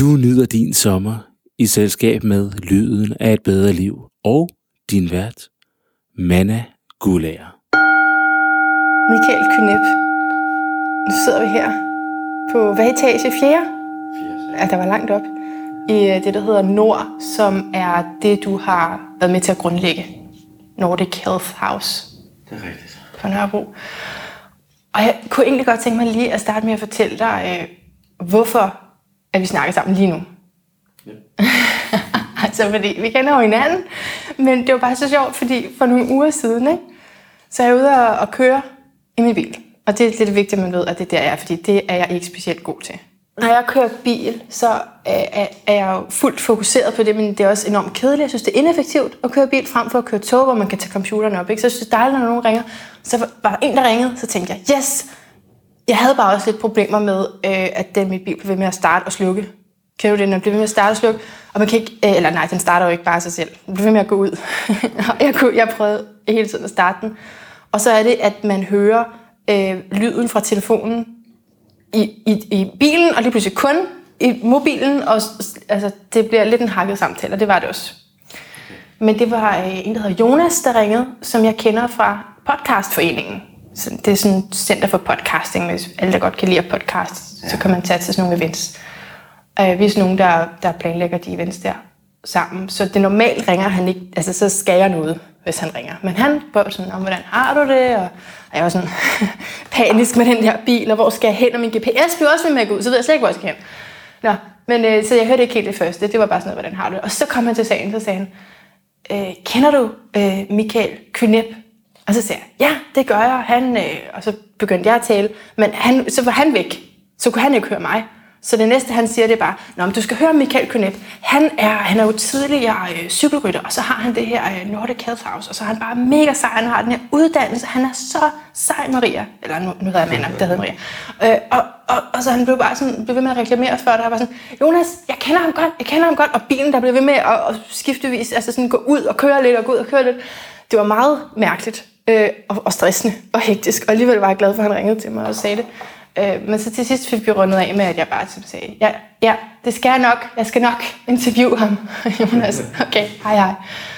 Du nyder din sommer i selskab med Lyden af et bedre liv og din vært, Manna Guldager. Michael Kynep. Nu sidder vi her på, hvad etage? 4? Ja, der var langt op. I det, der hedder Nord, som er det, du har været med til at grundlægge. Nordic Health House. Det er rigtigt. På Nørrebro. Og jeg kunne egentlig godt tænke mig lige at starte med at fortælle dig, hvorfor at vi snakker sammen lige nu. Ja. Altså, fordi vi kender jo hinanden, men det var bare så sjovt, fordi for nogle uger siden, ikke, så er jeg ude og køre i min bil. Og det er det vigtige, at man ved, at det der er, fordi det er jeg ikke specielt god til. Når jeg kører bil, så er jeg jo fuldt fokuseret på det, men det er også enormt kedeligt. Jeg synes, det er ineffektivt at køre bil frem for at køre tog, hvor man kan tage computeren op. Ikke? Så jeg synes, det er dejligt, når nogen ringer. Så var der en, der ringede, så tænkte jeg, yes! Jeg havde bare også lidt problemer med, at mit bil blev ved med at starte og slukke. Kender du det, når den bliver ved med at starte og slukke? Og man kan ikke, eller nej, den starter jo ikke bare sig selv. Den bliver ved med at gå ud. Jeg prøvede hele tiden at starte den. Og så er det, at man hører lyden fra telefonen i bilen, og lige pludselig kun i mobilen, og altså, det bliver lidt en hakket samtale, og det var det også. Men det var en, der hedder Jonas, der ringede, som jeg kender fra podcastforeningen. Så det er sådan et center for podcasting, hvis alle, der godt kan lide podcast, så kan man tage til sådan nogle events. Vi er sådan nogle, der planlægger de events der sammen. Så det normalt ringer han ikke, altså så skal jeg noget, hvis han ringer. Men han spørger sådan, hvordan har du det? Og jeg var sådan panisk med den der bil, og hvor skal jeg hen? Og min GPS blev også med at gå ud, så ved jeg slet ikke, hvor jeg skal hen. Nå, men så jeg hørte ikke helt det første. Det var bare sådan noget, hvordan har du det? Og så kom han til sagen, så sagde han, kender du Michael Kynep? Og så sagde jeg, ja, det gør jeg. Og så begyndte jeg at tale, men så var han væk. Så kunne han ikke høre mig. Så det næste, han siger, det er bare, nå, men du skal høre Michael Kynep. Han er jo tidligere cykelrytter, og så har han det her Nordic Health House, og så er han bare mega sej. Han har den her uddannelse. Han er så sej, Maria. Eller nu hedder jeg Manna, der hedder Maria. Og så han blev bare sådan, blev ved med at reklamere for det. Og var sådan, Jonas, jeg kender ham godt. Og bilen, der blev ved med at skiftevis, altså sådan gå ud og køre lidt, og gå ud og køre lidt. Det var meget mærkeligt og stressende og hektisk. Og alligevel var jeg glad for, at han ringede til mig og sagde det. Men så til sidst fik vi rundet af med, at jeg bare sagde, ja, det skal jeg nok. Jeg skal nok interviewe ham. Jonas, okay, hej.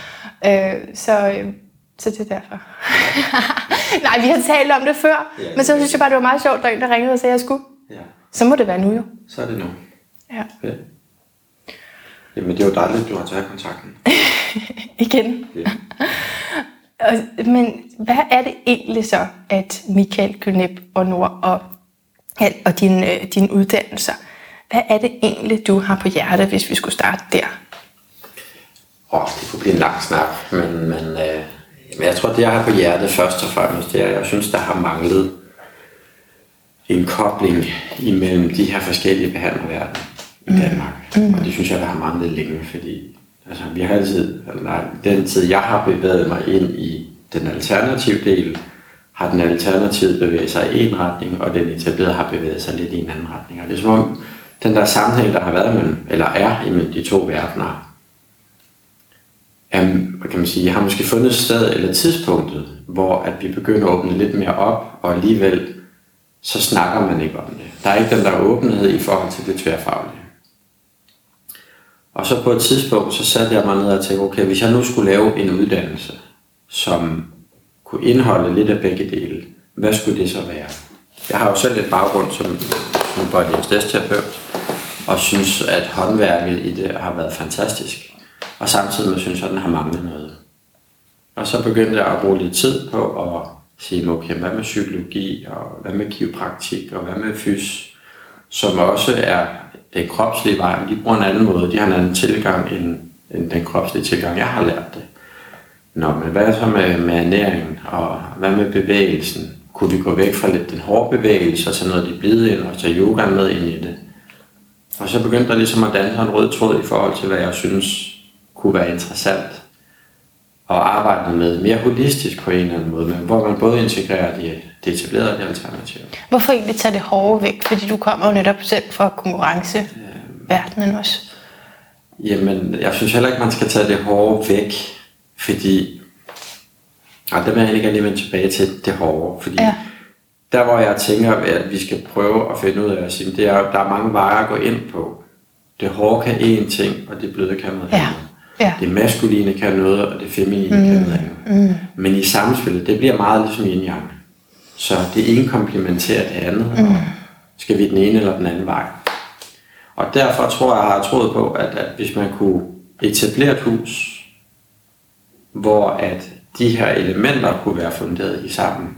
Så det er derfor. Nej, vi har talt om det før, men så synes jeg bare, det var meget sjovt, der en, der ringede og sagde, at jeg skulle. Ja. Så må det være nu jo. Så er det nu. Ja. Jamen, det er jo dejligt, at du har taget kontakten. Igen. Ja. Men hvad er det egentlig så, at Michael Kynep og Nord og dine uddannelser, hvad er det egentlig, du har på hjerte, hvis vi skulle starte der? Det kunne blive en lang snak, men jeg tror, det jeg har på hjerte først og fremmest, det er, jeg synes, der har manglet en kobling imellem de her forskellige behandlerverdener i Danmark. Og det synes jeg, der har manglet længe, fordi altså, vi har altid, den tid jeg har bevæget mig ind i den alternative del, har den alternative bevæget sig i en retning, og den etablerede har bevæget sig lidt i en anden retning. Og det er som om, den der sammenhæng, der har været mellem, eller er imellem de to verdener, hvad kan man sige, har måske fundet sted eller tidspunktet, hvor at vi begynder at åbne lidt mere op, og alligevel så snakker man ikke om det. Der er ikke den der åbenhed i forhold til det tværfaglige. Og så på et tidspunkt, så satte jeg mig ned og tænkte, okay, hvis jeg nu skulle lave en uddannelse, som kunne indeholde lidt af begge dele, hvad skulle det så være? Jeg har jo selv et baggrund som body and terapeut, og synes, at håndværket i det har været fantastisk. Og samtidig med synes jeg, at den har manglet noget. Og så begyndte jeg at bruge lidt tid på at sige, okay, hvad med psykologi, og hvad med kiropraktik, og hvad med fys, som også er den kropslige vej, men de bruger en anden måde, de har en anden tilgang end den kropslige tilgang, jeg har lært det. Nå, men hvad så med ernæringen, og hvad med bevægelsen? Kunne vi gå væk fra lidt den hårde bevægelse, og så noget de blide ind, og tage yogaen med ind i det? Og så begyndte der ligesom at danne en rød tråd i forhold til, hvad jeg synes kunne være interessant. Og arbejde med mere holistisk på en eller anden måde, men hvor man både integrerer det etablerede og det alternative. Hvorfor egentlig tage det hårde væk? Fordi du kommer jo netop selv fra konkurrenceverdenen også. Jamen, jeg synes heller ikke, man skal tage det hårde væk, fordi det vil jeg ikke lige vende tilbage til det hårde, fordi der hvor jeg tænker, at vi skal prøve at finde ud af at sige, det er, der er mange veje at gå ind på. Det hårde kan én ting, og det bløde kan noget andet. Ja. Det maskuline kan noget, og det feminine kan noget andet. Men i samspillet, det bliver meget ligesom yin-yang. Så det ene komplementerer det andet, og skal vi den ene eller den anden vej. Og derfor tror jeg, har troet på, at hvis man kunne etablere et hus, hvor at de her elementer kunne være funderet i sammen,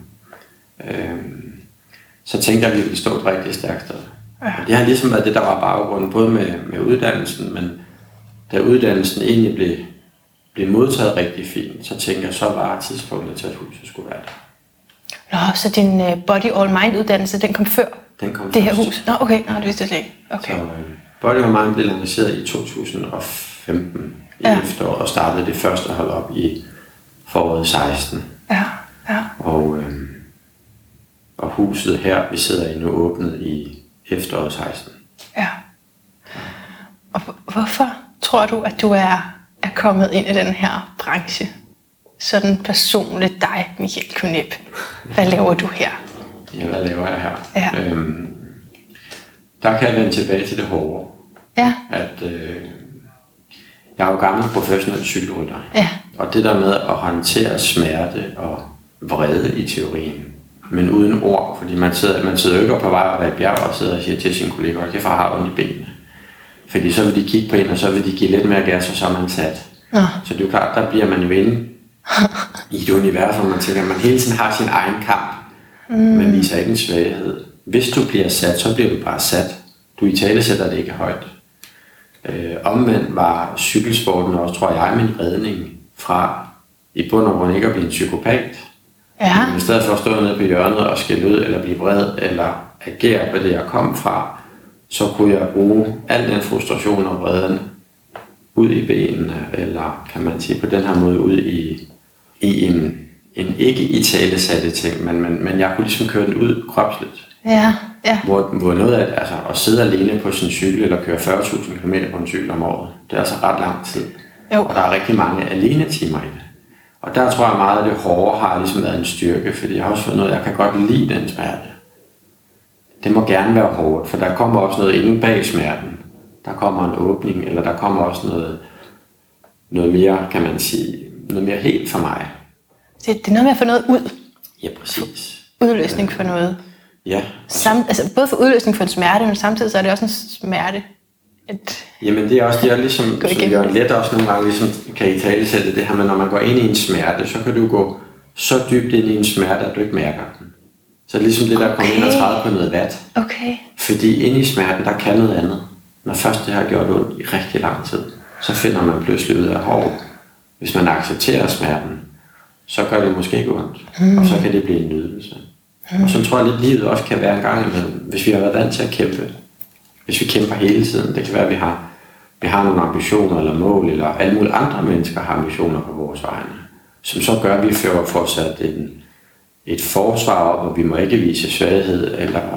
så tænker jeg, at vi ville stå et rigtig stærkt sted. Ja. Det har ligesom været det, der var baggrunden, både med uddannelsen, men da uddannelsen egentlig blev modtaget rigtig fint, så tænker jeg, så var tidspunktet til, at huset skulle være der. Nå, så din Body All Mind uddannelse, den kom før den kom det først. Her hus? Nå, okay, det vidste jeg ikke. Okay. Så Body All Mind blev lanceret i 2015 i efteråret, og startede det første hold op i foråret 16. Ja. Og huset her, vi sidder i nu, åbnet i efteråret 16. Ja. Og hvorfor tror du, at du er kommet ind i den her branche? Sådan personligt dig, Michael Kynep. Hvad laver du her? Ja, hvad laver jeg her? Ja. Der kan jeg vende tilbage til det hårde. Ja. At jeg er jo gammel professionel cykelrytter. Ja. Og det der med at håndtere smerte og vrede i teorien, men uden ord, fordi man sidder jo ikke på vej og i bjerg og sidder og siger til sine kolleger, at jeg har ondt i benene. Fordi så vil de kigge på en, og så vil de give lidt mere gas, og så er man sat. Ja. Så det er jo klart, der bliver man jo inde i et univers, hvor man tænker, at man hele tiden har sin egen kamp, men viser ikke en svaghed. Hvis du bliver sat, så bliver du bare sat. Du italesætter det ikke højt. Omvendt var cykelsporten også, tror jeg, min redning fra i bund og grund ikke at blive en psykopat. Ja. Men i stedet for at stå nede på hjørnet og skælde ud, eller blive vred, eller agere på det, jeg kom fra, så kunne jeg bruge al den frustration og vreden ud i benene, eller kan man sige på den her måde ud i en ikke italesatte ting, men jeg kunne ligesom køre den ud kropsligt. Ja. Hvor noget af altså at sidde alene på sin cykel, eller køre 40.000 km på en cykel om året, det er altså ret lang tid. Jo. Og der er rigtig mange alene timer i det. Og der tror jeg meget, at det hårde har ligesom været en styrke, fordi jeg har også fundet noget, jeg kan godt lide den smerte. Det må gerne være hårdt, for der kommer også noget inde bag smerten. Der kommer en åbning, eller der kommer også noget mere, kan man sige, noget mere helt for mig. Det er noget med at få noget ud. Ja, præcis. Udløsning for noget. Ja. Altså både for udløsning for en smerte, men samtidig så er det også en smerte. Jamen det er også, det er ligesom, som Jørgen Let også nogle gange ligesom kan i talesætte det her, men når man går ind i en smerte, så kan du gå så dybt ind i en smerte, at du ikke mærker den. Så det er ligesom det, der kommer ind og træder på noget vat. Okay. Fordi inde i smerten, der kan noget andet. Når først det har gjort ondt i rigtig lang tid, så finder man pludselig ud af, hov, hvis man accepterer smerten, så gør det måske ikke ondt. Og så kan det blive en nydelse. Og så tror jeg lidt, livet også kan være en gang imellem, hvis vi har været vant til at kæmpe. Hvis vi kæmper hele tiden, det kan være, at vi har nogle ambitioner eller mål, eller alle mulige andre mennesker har ambitioner på vores vegne, som så gør, at vi får sat et forsvar op, og vi må ikke vise svaghed,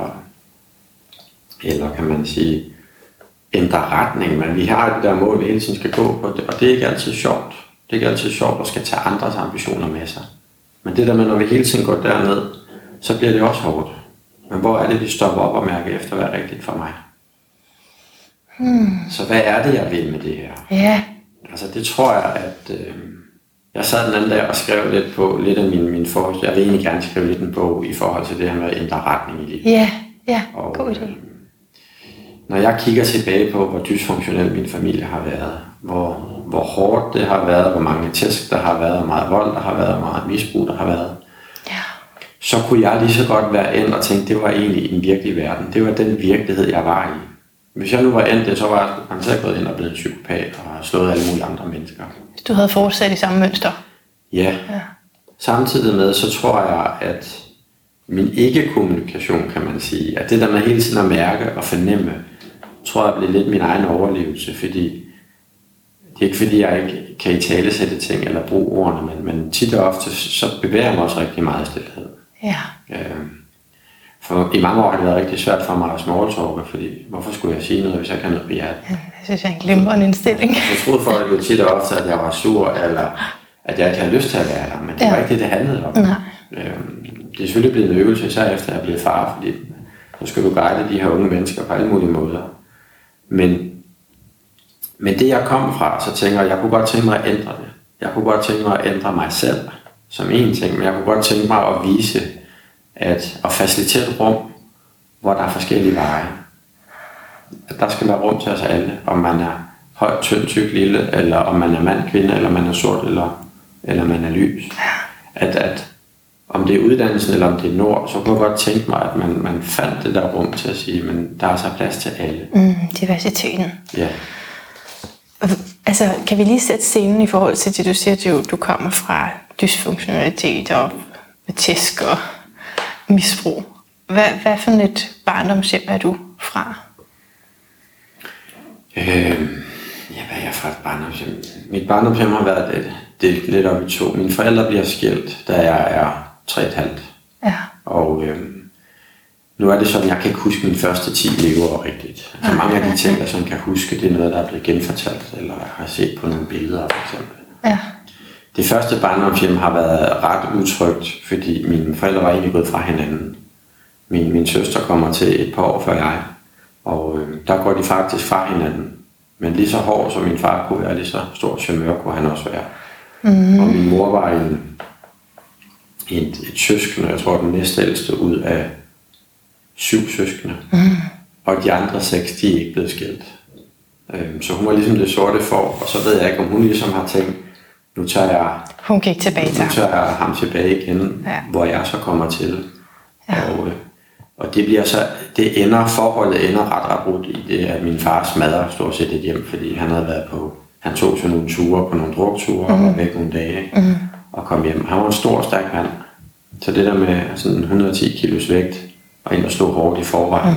eller kan man sige, ændre retning, men vi har det der mål, vi hele tiden skal gå på, og det er ikke altid sjovt. Det er ikke altid sjovt at skal tage andres ambitioner med sig. Men det der med, når vi hele tiden går derned, så bliver det også hårdt. Men hvor er det, vi stopper op og mærker efter, hvad er rigtigt for mig? Så hvad er det, jeg vil med det her? Ja. Altså det tror jeg, at jeg sad den anden dag og skrev lidt af min forhold. Jeg vil egentlig gerne skrive lidt en bog i forhold til det her med at ændre retning i livet. Ja, god idé. Når jeg kigger tilbage på, hvor dysfunktionel min familie har været, hvor hårdt det har været, hvor mange tæsk der har været, hvor meget vold der har været, hvor meget misbrug der har været, så kunne jeg lige så godt være endt og tænke, det var egentlig en virkelig verden. Det var den virkelighed, jeg var i. Hvis jeg nu var endt det, så var jeg selv gået ind og blevet en psykopat og slået alle mulige andre mennesker. Hvis du havde fortsat i samme mønster. Ja. Samtidig med, så tror jeg, at min ikke-kommunikation, kan man sige, at det der med hele tiden at mærke og fornemme, tror jeg bliver lidt min egen overlevelse, fordi det er ikke fordi, jeg ikke kan italesætte ting eller bruge ordene, men tit og ofte, så bevæger jeg mig også rigtig meget i stillhed. Ja. For i mange år har det været rigtig svært for mig at smalltalke, fordi hvorfor skulle jeg sige noget, hvis jeg kan noget på hjertet? Det synes jeg er en glimrende indstilling. Jeg troede folk jo tit og ofte, at jeg var sur, eller at jeg ikke havde lyst til at være der, men det var ikke det handlede om. Nej. Det er selvfølgelig blevet en øvelse, især efter jeg er blevet far, fordi så skal du guide de her unge mennesker på alle mulige måder. Men Men det jeg kom fra, så tænker jeg kunne godt tænke mig at ændre det. Jeg kunne godt tænke mig at ændre mig selv som en ting, men jeg kunne godt tænke mig at vise, at facilitere et rum, hvor der er forskellige veje. At der skal være rum til os alle, om man er høj, tynd, tyk, lille, eller om man er mand, kvinde, eller man er sort, eller man er lys. At om det er uddannelsen, eller om det er nord, så kunne jeg godt tænke mig, at man fandt det der rum til at sige, men der er så plads til alle. Diversiteten. Ja. Altså, kan vi lige sætte scenen i forhold til det, du siger, at du kommer fra dysfunktionalitet og tæsk og misbrug. Hvad for et barndomshjem er du fra? Hvad er jeg fra et barndomshjem? Mit barndomshjem har været delt lidt op i to. Mine forældre bliver skilt, da jeg er 3,5. Ja. Og nu er det sådan, jeg kan ikke huske mine første 10 leveår rigtigt. Altså mange af de ting, jeg sådan kan huske, det er noget, der er blevet genfortalt, eller har set på nogle billeder for eksempel. Ja. Det første barndomshjem har været ret utrygt, fordi mine forældre var egentlig gået fra hinanden. Min søster kommer til et par år før jeg, og der går de faktisk fra hinanden. Men lige så hård som min far kunne være, lige så stor charmeur kunne han også være. Og min mor var et søskende, jeg tror den næstældste ud af 7 søskende. Og de andre 6, de er ikke blevet skilt. Så hun var ligesom det sorte får, og så ved jeg ikke, om hun ligesom har tænkt, nu tager hun gik tilbage til ham tilbage igen, hvor jeg så kommer til. Ja. Og det bliver så, forholdet ender ret brudt i det, at min far smadrer stort set et hjem, fordi han havde været han tog sådan nogle ture på nogle drukture og var væk nogle dage og kom hjem. Han var en stor, stærk mand. Så det der med sådan 110 kilos vægt og ind og stå hårdt i forvejen.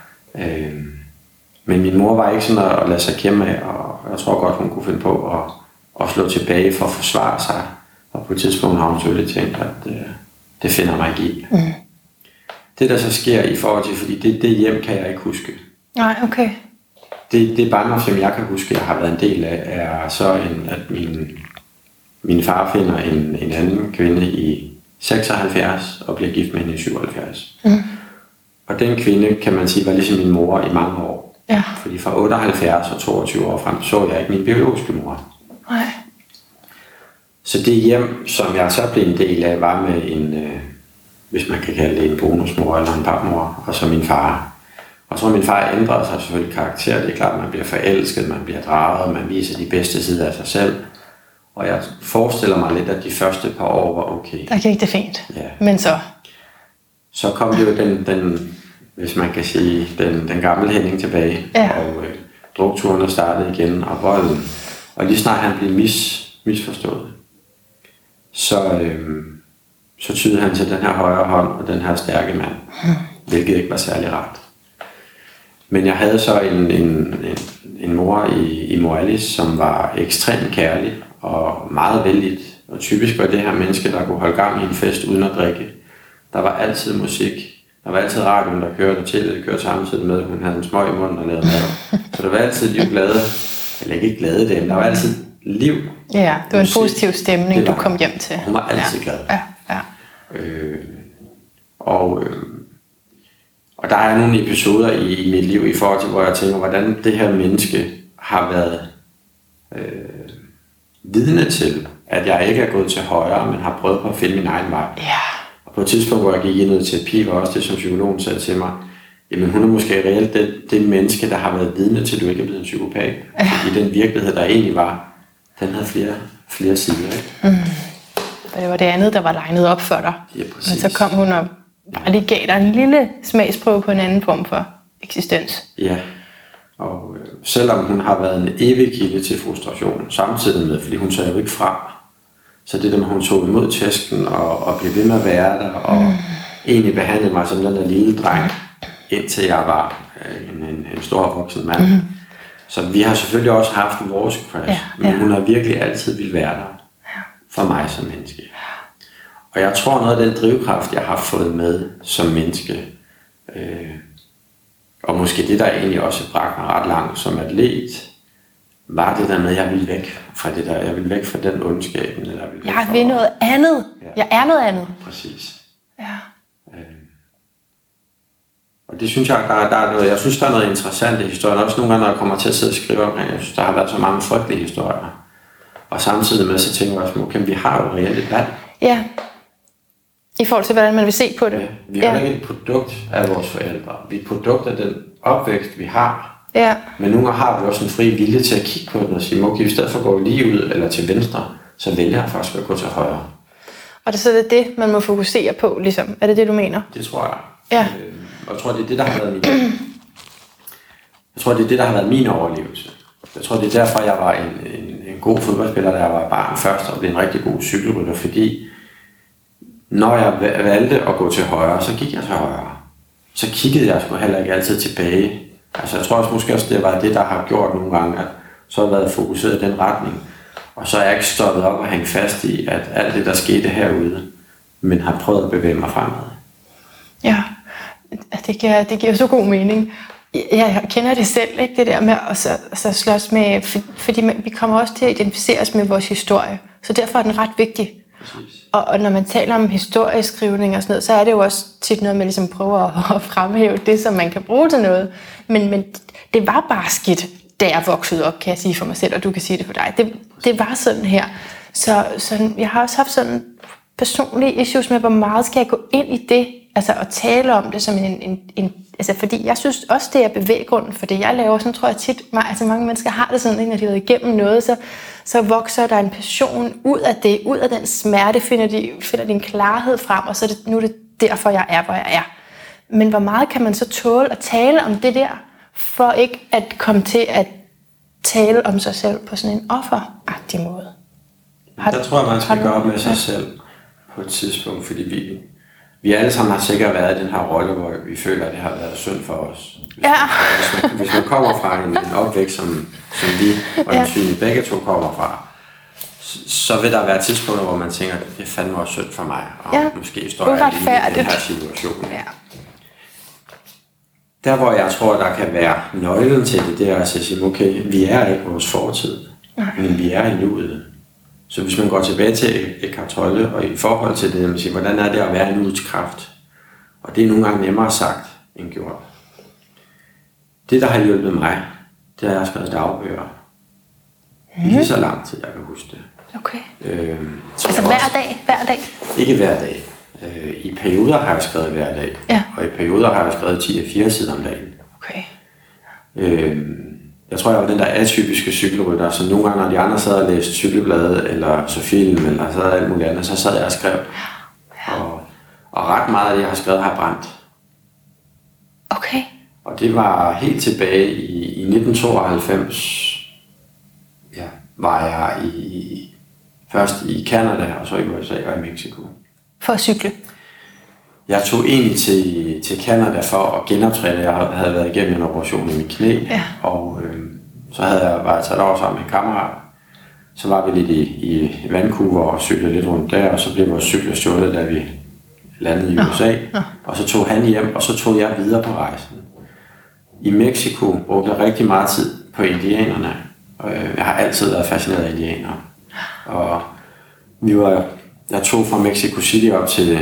Men min mor var ikke sådan at lade sig kæmme af, og jeg tror godt, hun kunne finde på at slå tilbage for at forsvare sig. Og på et tidspunkt har hun selvfølgelig tænkt, at det finder mig ikke i. Det der så sker i forhold til, fordi det hjem kan jeg ikke huske. Nej, okay. Det barndom, jeg kan huske, jeg har været en del af, er så, at min far finder en anden kvinde i 76 og bliver gift med hende i 77. Og den kvinde, kan man sige, var ligesom min mor i mange år. Ja. Fordi fra 78 og 22 år frem, så jeg ikke min biologiske mor. Nej. Så det hjem, som jeg så blev en del af, var med en, hvis man kan kalde det en bonusmor eller en papmor, og så min far. Og så min far ændrede sig selvfølgelig karakter. Det er klart, at man bliver forelsket, man bliver draget, man viser de bedste sider af sig selv. Og jeg forestiller mig lidt, at de første par år var okay. Der gik det fint. Ja. Men så kom det jo den hvis man kan sige, den gamle Henning tilbage. Ja. Og drukturene startede igen, og volden. Og lige snart han blev misforstået, så tydede han til den her højre hånd og den her stærke mand. Hvilket ikke var særlig rart. Men jeg havde så en mor i mor Alice, som var ekstremt kærlig og meget vældigt. Og typisk var det her menneske, der kunne holde gang i en fest uden at drikke. Der var altid musik. Der var altid radioen, der kørte, og teleet kørte samtidig med, hun havde en smøg i munden og lavede mad. Så der var altid liv glade, eller ikke glade dem, der var altid liv. Ja, det var en positiv stemning, du kom hjem til. Hun var altid glad. Ja. Og der er nogle episoder i mit liv i forhold til, hvor jeg tænker, hvordan det her menneske har været vidne til, at jeg ikke er gået til højre, men har prøvet på at finde min egen vej. Ja. Og på et tidspunkt, hvor jeg gik ind i terapi, var også det, som psykologen sagde til mig, jamen hun er måske reelt det menneske, der har været vidne til, at du ikke er blevet en psykopat. Ja. Fordi den virkelighed, der egentlig var, den havde flere sider. Ikke? Og det var det andet, der var legnet op for dig. Ja, præcis. Men så kom hun og lige gav dig en lille smagsprøve på en anden form for eksistens. Ja, og selvom hun har været en evig kilde til frustration samtidig med, fordi hun tager jo ikke fra. Så det der med, hun tog imod tæsken og blev ved med at være der, og egentlig behandlede mig som den der lille dreng, indtil jeg var en stor voksen mand. Så vi har selvfølgelig også haft vores crash, men hun har virkelig altid ville være der for mig som menneske. Og jeg tror noget af den drivkraft, jeg har fået med som menneske, og måske det, der egentlig også bragte mig ret langt som atlet, var det der med, at jeg ville væk fra det der. Jeg ville væk fra den ondskaben. Jeg vil noget andet. Ja. Jeg er noget andet. Præcis. Ja. Og det synes jeg, der er noget, jeg synes, der er noget interessant i historien. Også nogle gange, når jeg kommer til at sidde og skrive omkring, jeg synes, der har været så mange frygtelige historier. Og samtidig med, så tænker jeg også, okay, vi har jo reelt et valg. Ja. I forhold til, hvordan man vil se på det. Ja, vi er ikke et produkt af vores forældre. Vi er et produkt af den opvækst, vi har. Ja. Men nogle gange har vi også en fri vilje til at kigge på den og sige, okay, i stedet for at gå lige ud eller til venstre, så vælger jeg faktisk at gå til højre. Og det så er det, man må fokusere på, ligesom. Er det det, du mener? Det tror jeg. Ja. Og jeg tror, det er det, der har været min overlevelse. Jeg tror, det er derfor, jeg var en god fodboldspiller, da jeg var barn først, og blev en rigtig god cykelrytter, fordi når jeg valgte at gå til højre, så gik jeg til højre. Så kiggede jeg sgu heller ikke altid tilbage. Altså jeg tror også måske også, det var det, der har gjort nogle gange, at så har jeg været fokuseret i den retning. Og så er jeg ikke stoppet op og hængt fast i, at alt det, der skete herude, men har prøvet at bevæge mig fremad. Ja, det giver så god mening. Jeg kender det selv, ikke? Det der med at så slås med, fordi vi kommer også til at identificere os med vores historie, så derfor er den ret vigtig. Og når man taler om historieskrivning og sådan noget, så er det jo også tit noget, man ligesom prøver at fremhæve det, som man kan bruge til noget. Men det var bare skidt, da jeg voksede op, kan jeg sige for mig selv, og du kan sige det for dig. Det var sådan her. Så jeg har også haft sådan personlige issues med, hvor meget skal jeg gå ind i det, altså at tale om det som altså fordi jeg synes også, det er bevæggrunden for det, jeg laver. Sådan tror jeg tit, altså mange mennesker har det sådan, når de har været igennem noget, så vokser der en passion ud af det, ud af den smerte, finder de en klarhed frem, og så er nu er det derfor, jeg er, hvor jeg er. Men hvor meget kan man så tåle at tale om det der, for ikke at komme til at tale om sig selv på sådan en offeragtig måde? Der tror jeg, man skal gøre op med sig selv på et tidspunkt, fordi vi alle sammen har sikkert været i den her rolle, hvor vi føler, at det har været synd for os. Hvis man kommer fra en opvækst, som vi og en syn begge to kommer fra, så vil der være tidspunkter, hvor man tænker, at det er fandme også synd for mig, og måske står jeg lige i den her situation. Ja. Der, hvor jeg tror, der kan være nøglen til det, det er at sige, okay, vi er ikke vores fortid, men vi er i nuet. Så hvis man går tilbage til Eckhart Tolle, og i forhold til det, man siger, hvordan er det at være en nuets kraft? Og det er nogle gange nemmere sagt end gjort. Det, der har hjulpet mig, det er, at jeg har skrevet dagbøger. Lige så lang tid, jeg kan huske det. Okay. Altså hver dag? Ikke hver dag. I perioder har jeg skrevet hver dag. Ja. Og i perioder har jeg skrevet 10-4 sider om dagen. Okay. Jeg tror, jeg var den der atypiske cykelrytter, så nogle gange, når de andre sad og læste cykelblade, eller så film, eller så alt muligt andet, så sad jeg og skrev. Og ret meget af det, jeg har skrevet, har brændt. Okay. Og det var helt tilbage i 1992, var jeg først i Canada, og så i USA og i Mexico. For at cykle? Jeg tog egentlig til Canada for at genoptræne. Jeg havde været igennem en operation i mit knæ, og så var jeg taget over sammen med en kammerat. Så var vi lidt i Vancouver og cyklede lidt rundt der, og så blev vores cykler stjålet, da vi landede i USA. Og så tog han hjem, og så tog jeg videre på rejsen. I Mexico brugte jeg rigtig meget tid på indianerne. Jeg har altid været fascineret af indianere. Og jeg tog fra Mexico City op til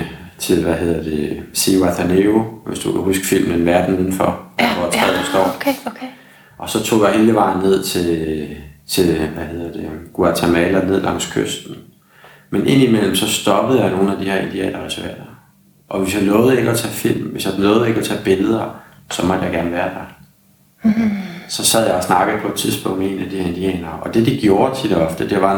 Zihuatanejo, hvis du kan huske filmen Verden Udenfor, hvor træet står. Okay. Og så tog jeg hele vejen ned til Guatemala, ned langs kysten. Men indimellem så stoppede jeg nogle af de her indianerreservater. Og hvis jeg lovede ikke at tage film, hvis jeg lovede ikke at tage billeder, så måtte jeg gerne være der. Så sad jeg og snakkede på et tidspunkt med en af de her indianere. Og det de gjorde tit og ofte, det var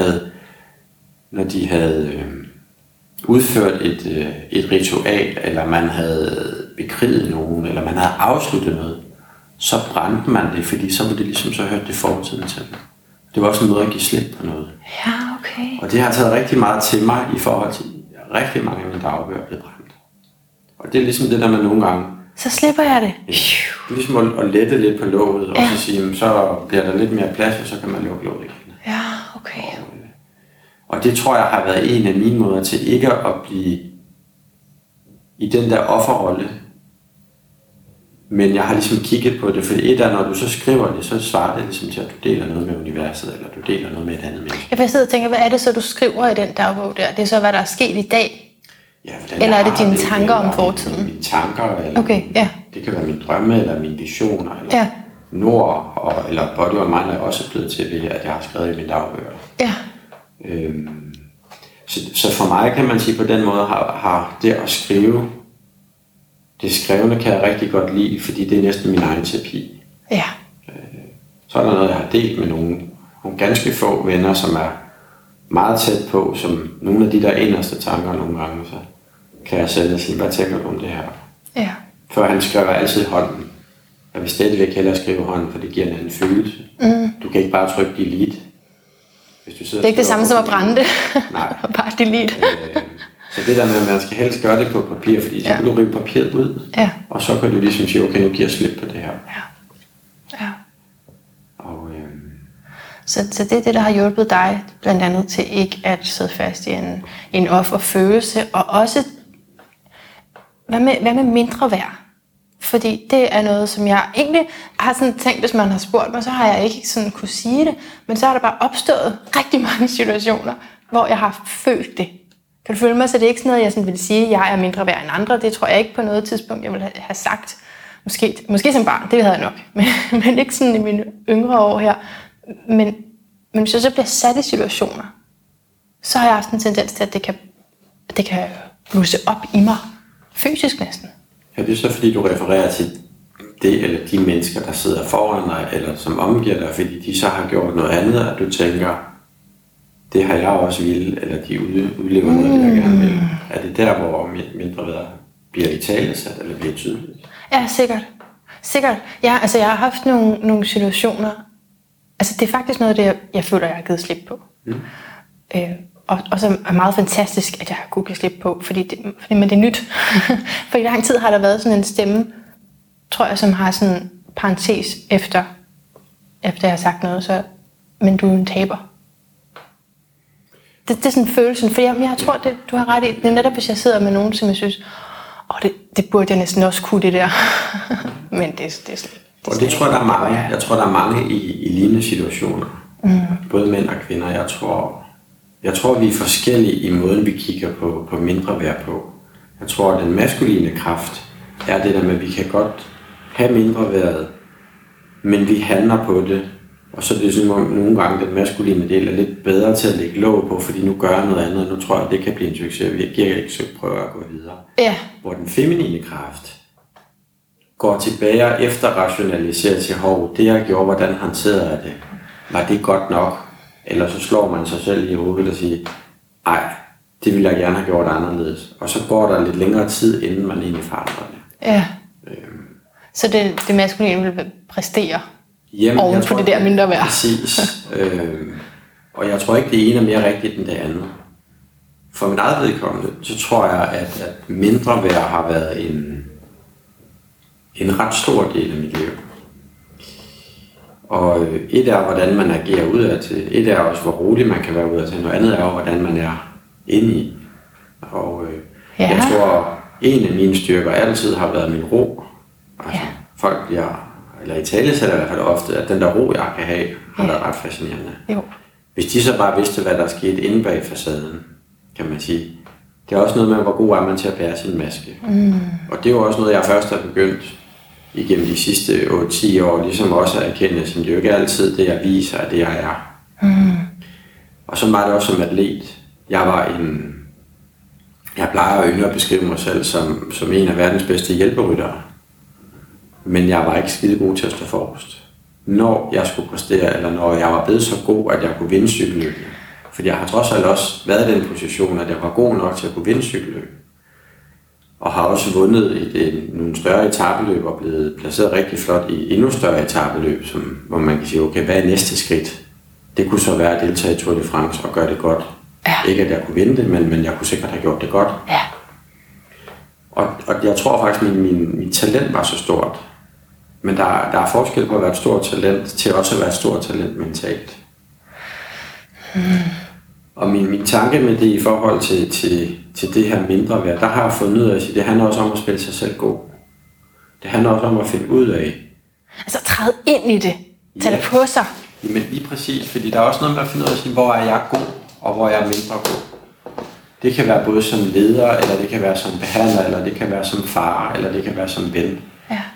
når de havde udført et ritual, eller man havde bekriget nogen, eller man havde afsluttet noget, så brændte man det, fordi så var det ligesom, så hørte det fortiden til. Det var også en måde at give slip på noget. Ja, okay. Og det har taget rigtig meget til mig i forhold til rigtig mange af mine dagbøger er blevet brændt. Og det er ligesom det der med nogle gange. Så slipper jeg det. Ja. Det er ligesom at lette lidt på låget, og så sige, så bliver der lidt mere plads, og så kan man lukke låget igen. Ja, okay. Og det tror jeg har været en af mine måder til ikke at blive i den der offerrolle. Men jeg har ligesom kigget på det, for et er, når du så skriver det, så svarer det ligesom til, at du deler noget med universet, eller du deler noget med et andet menneske. Jeg sidder og tænker, hvad er det så, du skriver i den dagbog der? Det er så, hvad der er sket i dag? Ja, eller er det dine tanker om fortiden? Mine tanker, eller okay, ja. Det kan være mine drømme, eller mine visioner, eller Nord, eller Body on Mind er også blevet til ved, at jeg har skrevet i mine dagbøger. Ja. Så for mig kan man sige, på den måde har det at skrive, det skrevne kan jeg rigtig godt lide, fordi det er næsten min egen terapi. Ja. Så er der noget, jeg har delt med nogle ganske få venner, som er meget tæt på, som nogle af de der eneste tanker nogle gange, så kan jeg selv sige, hvad tænker du om det her? Ja. Før han skriver altid i hånden. Jeg vil stadigvæk hellere skrive i hånden, for det giver en anden følelse. Du kan ikke bare trykke delete. Hvis du sidder Det er ikke det samme som at brænde det. Nej. Bare delete. Så det der med, at man skal helst gøre det på papir, fordi så kan du rive papiret ud, og så kan du ligesom sige, okay, nu giver jeg slip på det her. Ja. Og, Så det er det, der har hjulpet dig, blandt andet til ikke at sidde fast i en offerfølelse, og også, hvad med mindre værd? Fordi det er noget, som jeg egentlig har sådan tænkt, hvis man har spurgt mig, så har jeg ikke sådan kunne sige det, men så har der bare opstået rigtig mange situationer, hvor jeg har følt det. Kan du følge mig? Så det er ikke sådan noget, jeg sådan vil sige, at jeg er mindre værd end andre. Det tror jeg ikke på noget tidspunkt, jeg ville have sagt. Måske som barn, det havde jeg nok, men ikke sådan i mine yngre år her. Men hvis jeg så bliver sat i situationer, så har jeg haft en tendens til, at det kan blusse op i mig, fysisk næsten. Ja, det er så fordi, du refererer til det, eller de mennesker, der sidder foran dig, eller som omgiver dig, fordi de så har gjort noget andet, at du tænker, det har jeg også ville, eller de udlever noget, jeg gerne vil. Er det der, hvor mindre værd bliver italesat, eller bliver tydeligt? Ja, sikkert. Ja, altså jeg har haft nogle situationer, altså det er faktisk noget af det, jeg føler, jeg har givet slip på. Og så er meget fantastisk, at jeg har kunnet give slip på, men det er nyt. For i lang tid har der været sådan en stemme, tror jeg, som har sådan en parentes efter jeg har sagt noget, så, men du er en taber. Det er sådan følelsen, for jeg tror, du har ret i, det er netop, hvis jeg sidder med nogen, som jeg synes, det burde jeg næsten også kunne, det der. Men det er slet. Og det tror jeg, der er mange. Jeg tror, der er mange i lignende situationer. Både mænd og kvinder. Jeg tror, vi er forskellige i måden, vi kigger på mindre værd på. Jeg tror, at den maskuline kraft er det der med, at vi kan godt have mindre værd, men vi handler på det. Og så er det sådan, at nogle gange den maskuline del er lidt bedre til at lægge låg på, fordi nu gør jeg noget andet, og nu tror jeg, at det kan blive en succes. Vi giver ikke så prøver at gå videre. Ja. Hvor den feminine kraft går tilbage og efterrationaliserer til, det jeg gjorde, hvordan håndterede jeg det? Var det godt nok? Eller så slår man sig selv i hovedet og siger, ej, det ville jeg gerne have gjort anderledes. Og så går der lidt længere tid, inden man egentlig forandrer det. Ja. Så det maskuline vil præstere oven på det der mindre værd. Præcis. Og jeg tror ikke, det ene er mere rigtigt end det andet. For mit eget vedkommende, så tror jeg, at mindre værd har været en ret stor del af mit liv. Og et er, hvordan man agerer udadtil. Et er også, hvor rolig man kan være udadtil. Noget andet er jo, hvordan man er inde i. Og jeg tror, en af mine styrker altid har været min ro. Altså, folk bliver, eller i tale sætter i hvert fald ofte, at den der ro, jeg kan have, har været ret fascinerende. Jo. Hvis de så bare vidste, hvad der skete inde bag facaden, kan man sige. Det er også noget med, hvor god er man til at bære sin maske. Og det er jo også noget, jeg først har begyndt igennem de sidste 8-10 år, ligesom også at erkende, som det jo ikke er altid det, jeg viser, at det jeg er. Og så var det også som atlet. Jeg plejer at ynde at beskrive mig selv som en af verdens bedste hjælperyttere. Men jeg var ikke skide god til at stå forrest. Når jeg skulle præstere, eller når jeg var blevet så god, at jeg kunne vinde cykelløbet. Fordi jeg har trods alt også været i den position, at jeg var god nok til at kunne vinde cykelløb. Og har også vundet nogle større etapeløb og blevet placeret rigtig flot i endnu større etapeløb, hvor man kan sige, okay, hvad er næste skridt? Det kunne så være at deltage i Tour de France og gøre det godt. Ja. Ikke at jeg kunne vinde det, men jeg kunne sikkert have gjort det godt. Ja. Og jeg tror faktisk, at mit talent var så stort. Men der er forskel på at være et stort talent, til også at være et stort talent mentalt. Og min tanke med det i forhold til det her mindre værd, der har jeg fundet ud af at sige, det handler også om at spille sig selv god. Det handler også om at finde ud af. Altså træde ind i det. Tag det på sig. Men lige præcis, fordi der er også noget med at finde ud af at sige, hvor er jeg god, og hvor er jeg mindre god. Det kan være både som leder, eller det kan være som behandler, eller det kan være som far, eller det kan være som ven. Ja.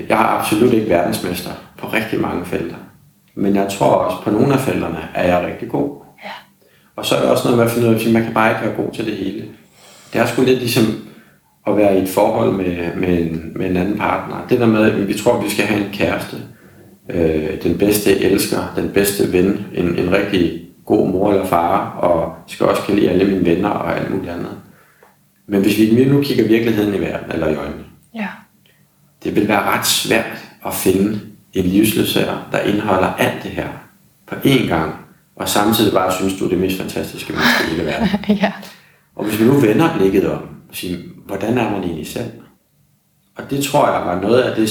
Jeg er absolut ikke verdensmester på rigtig mange felter. Men jeg tror også, på nogle af felterne er jeg rigtig god. Ja. Og så er der også noget med at finde ud af, at man kan bare ikke være god til det hele. Det er sgu lidt ligesom at være i et forhold med en anden partner. Det der med, at vi tror, at vi skal have en kæreste, den bedste elsker, den bedste ven, en rigtig god mor eller far, og skal også kan lide alle mine venner og alt muligt andet. Men hvis vi nu kigger virkeligheden i verden, eller i øjnene, det vil være ret svært at finde en livsledsager, der indeholder alt det her på én gang, og samtidig bare synes, du er det mest fantastiske menneske i hele verden. Ja. Og hvis vi nu vender blikket om, og siger, hvordan er man egentlig selv? Og det tror jeg var noget af det,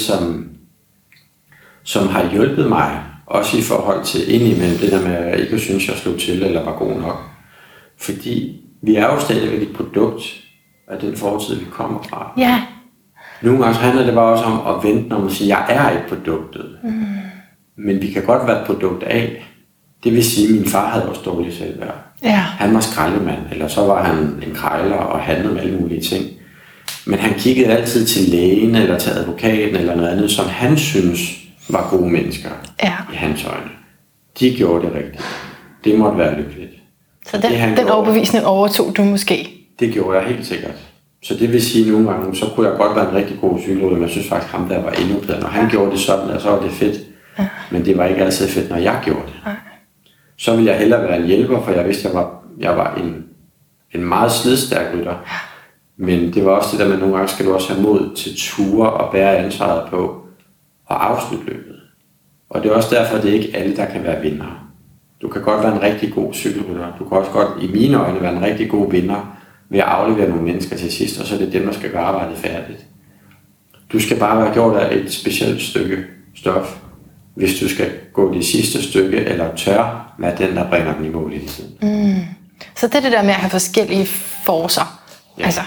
som har hjulpet mig, også i forhold til indimellem det der med, at jeg ikke synes, jeg slog til eller var god nok. Fordi vi er jo stadigvæk et produkt af den fortid, vi kommer fra. Ja. Nogle gange handler det bare også om at vente, når man siger, at jeg er ikke produktet. Men vi kan godt være et produkt af. Det vil sige, at min far havde også dårlig selvværd. Ja. Han var skraldemand, eller så var han en krejler og handlede med alle mulige ting. Men han kiggede altid til lægen eller til advokaten eller noget andet, som han synes var gode mennesker i hans øjne. De gjorde det rigtigt. Det måtte være lykkeligt. Så den overbevisning overtog du måske? Det gjorde jeg helt sikkert. Så det vil sige, at nogle gange, så kunne jeg godt være en rigtig god cykelrytter, men jeg synes faktisk, ham der var endnu bedre. Når han gjorde det sådan, og så var det fedt. Ja. Men det var ikke altid fedt, når jeg gjorde det. Ja. Så ville jeg hellere være en hjælper, for jeg vidste, at jeg var en meget slidstærk rytter. Ja. Men det var også det der med, at nogle gange skal du også have mod til ture og bære ansvaret på og afslutte løbet. Og det er også derfor, at det er ikke alle, der kan være vinder. Du kan godt være en rigtig god cykelrytter. Du kan også godt, i mine øjne, være en rigtig god vinder ved at aflevere nogle mennesker til sidst, og så er det dem, der skal gøre arbejdet færdigt. Du skal bare være gjort af et specielt stykke stof, hvis du skal gå det sidste stykke, eller tør være den, der bringer den i mål i tiden. Så det er det der med at have forskellige forcer. Ja. Altså.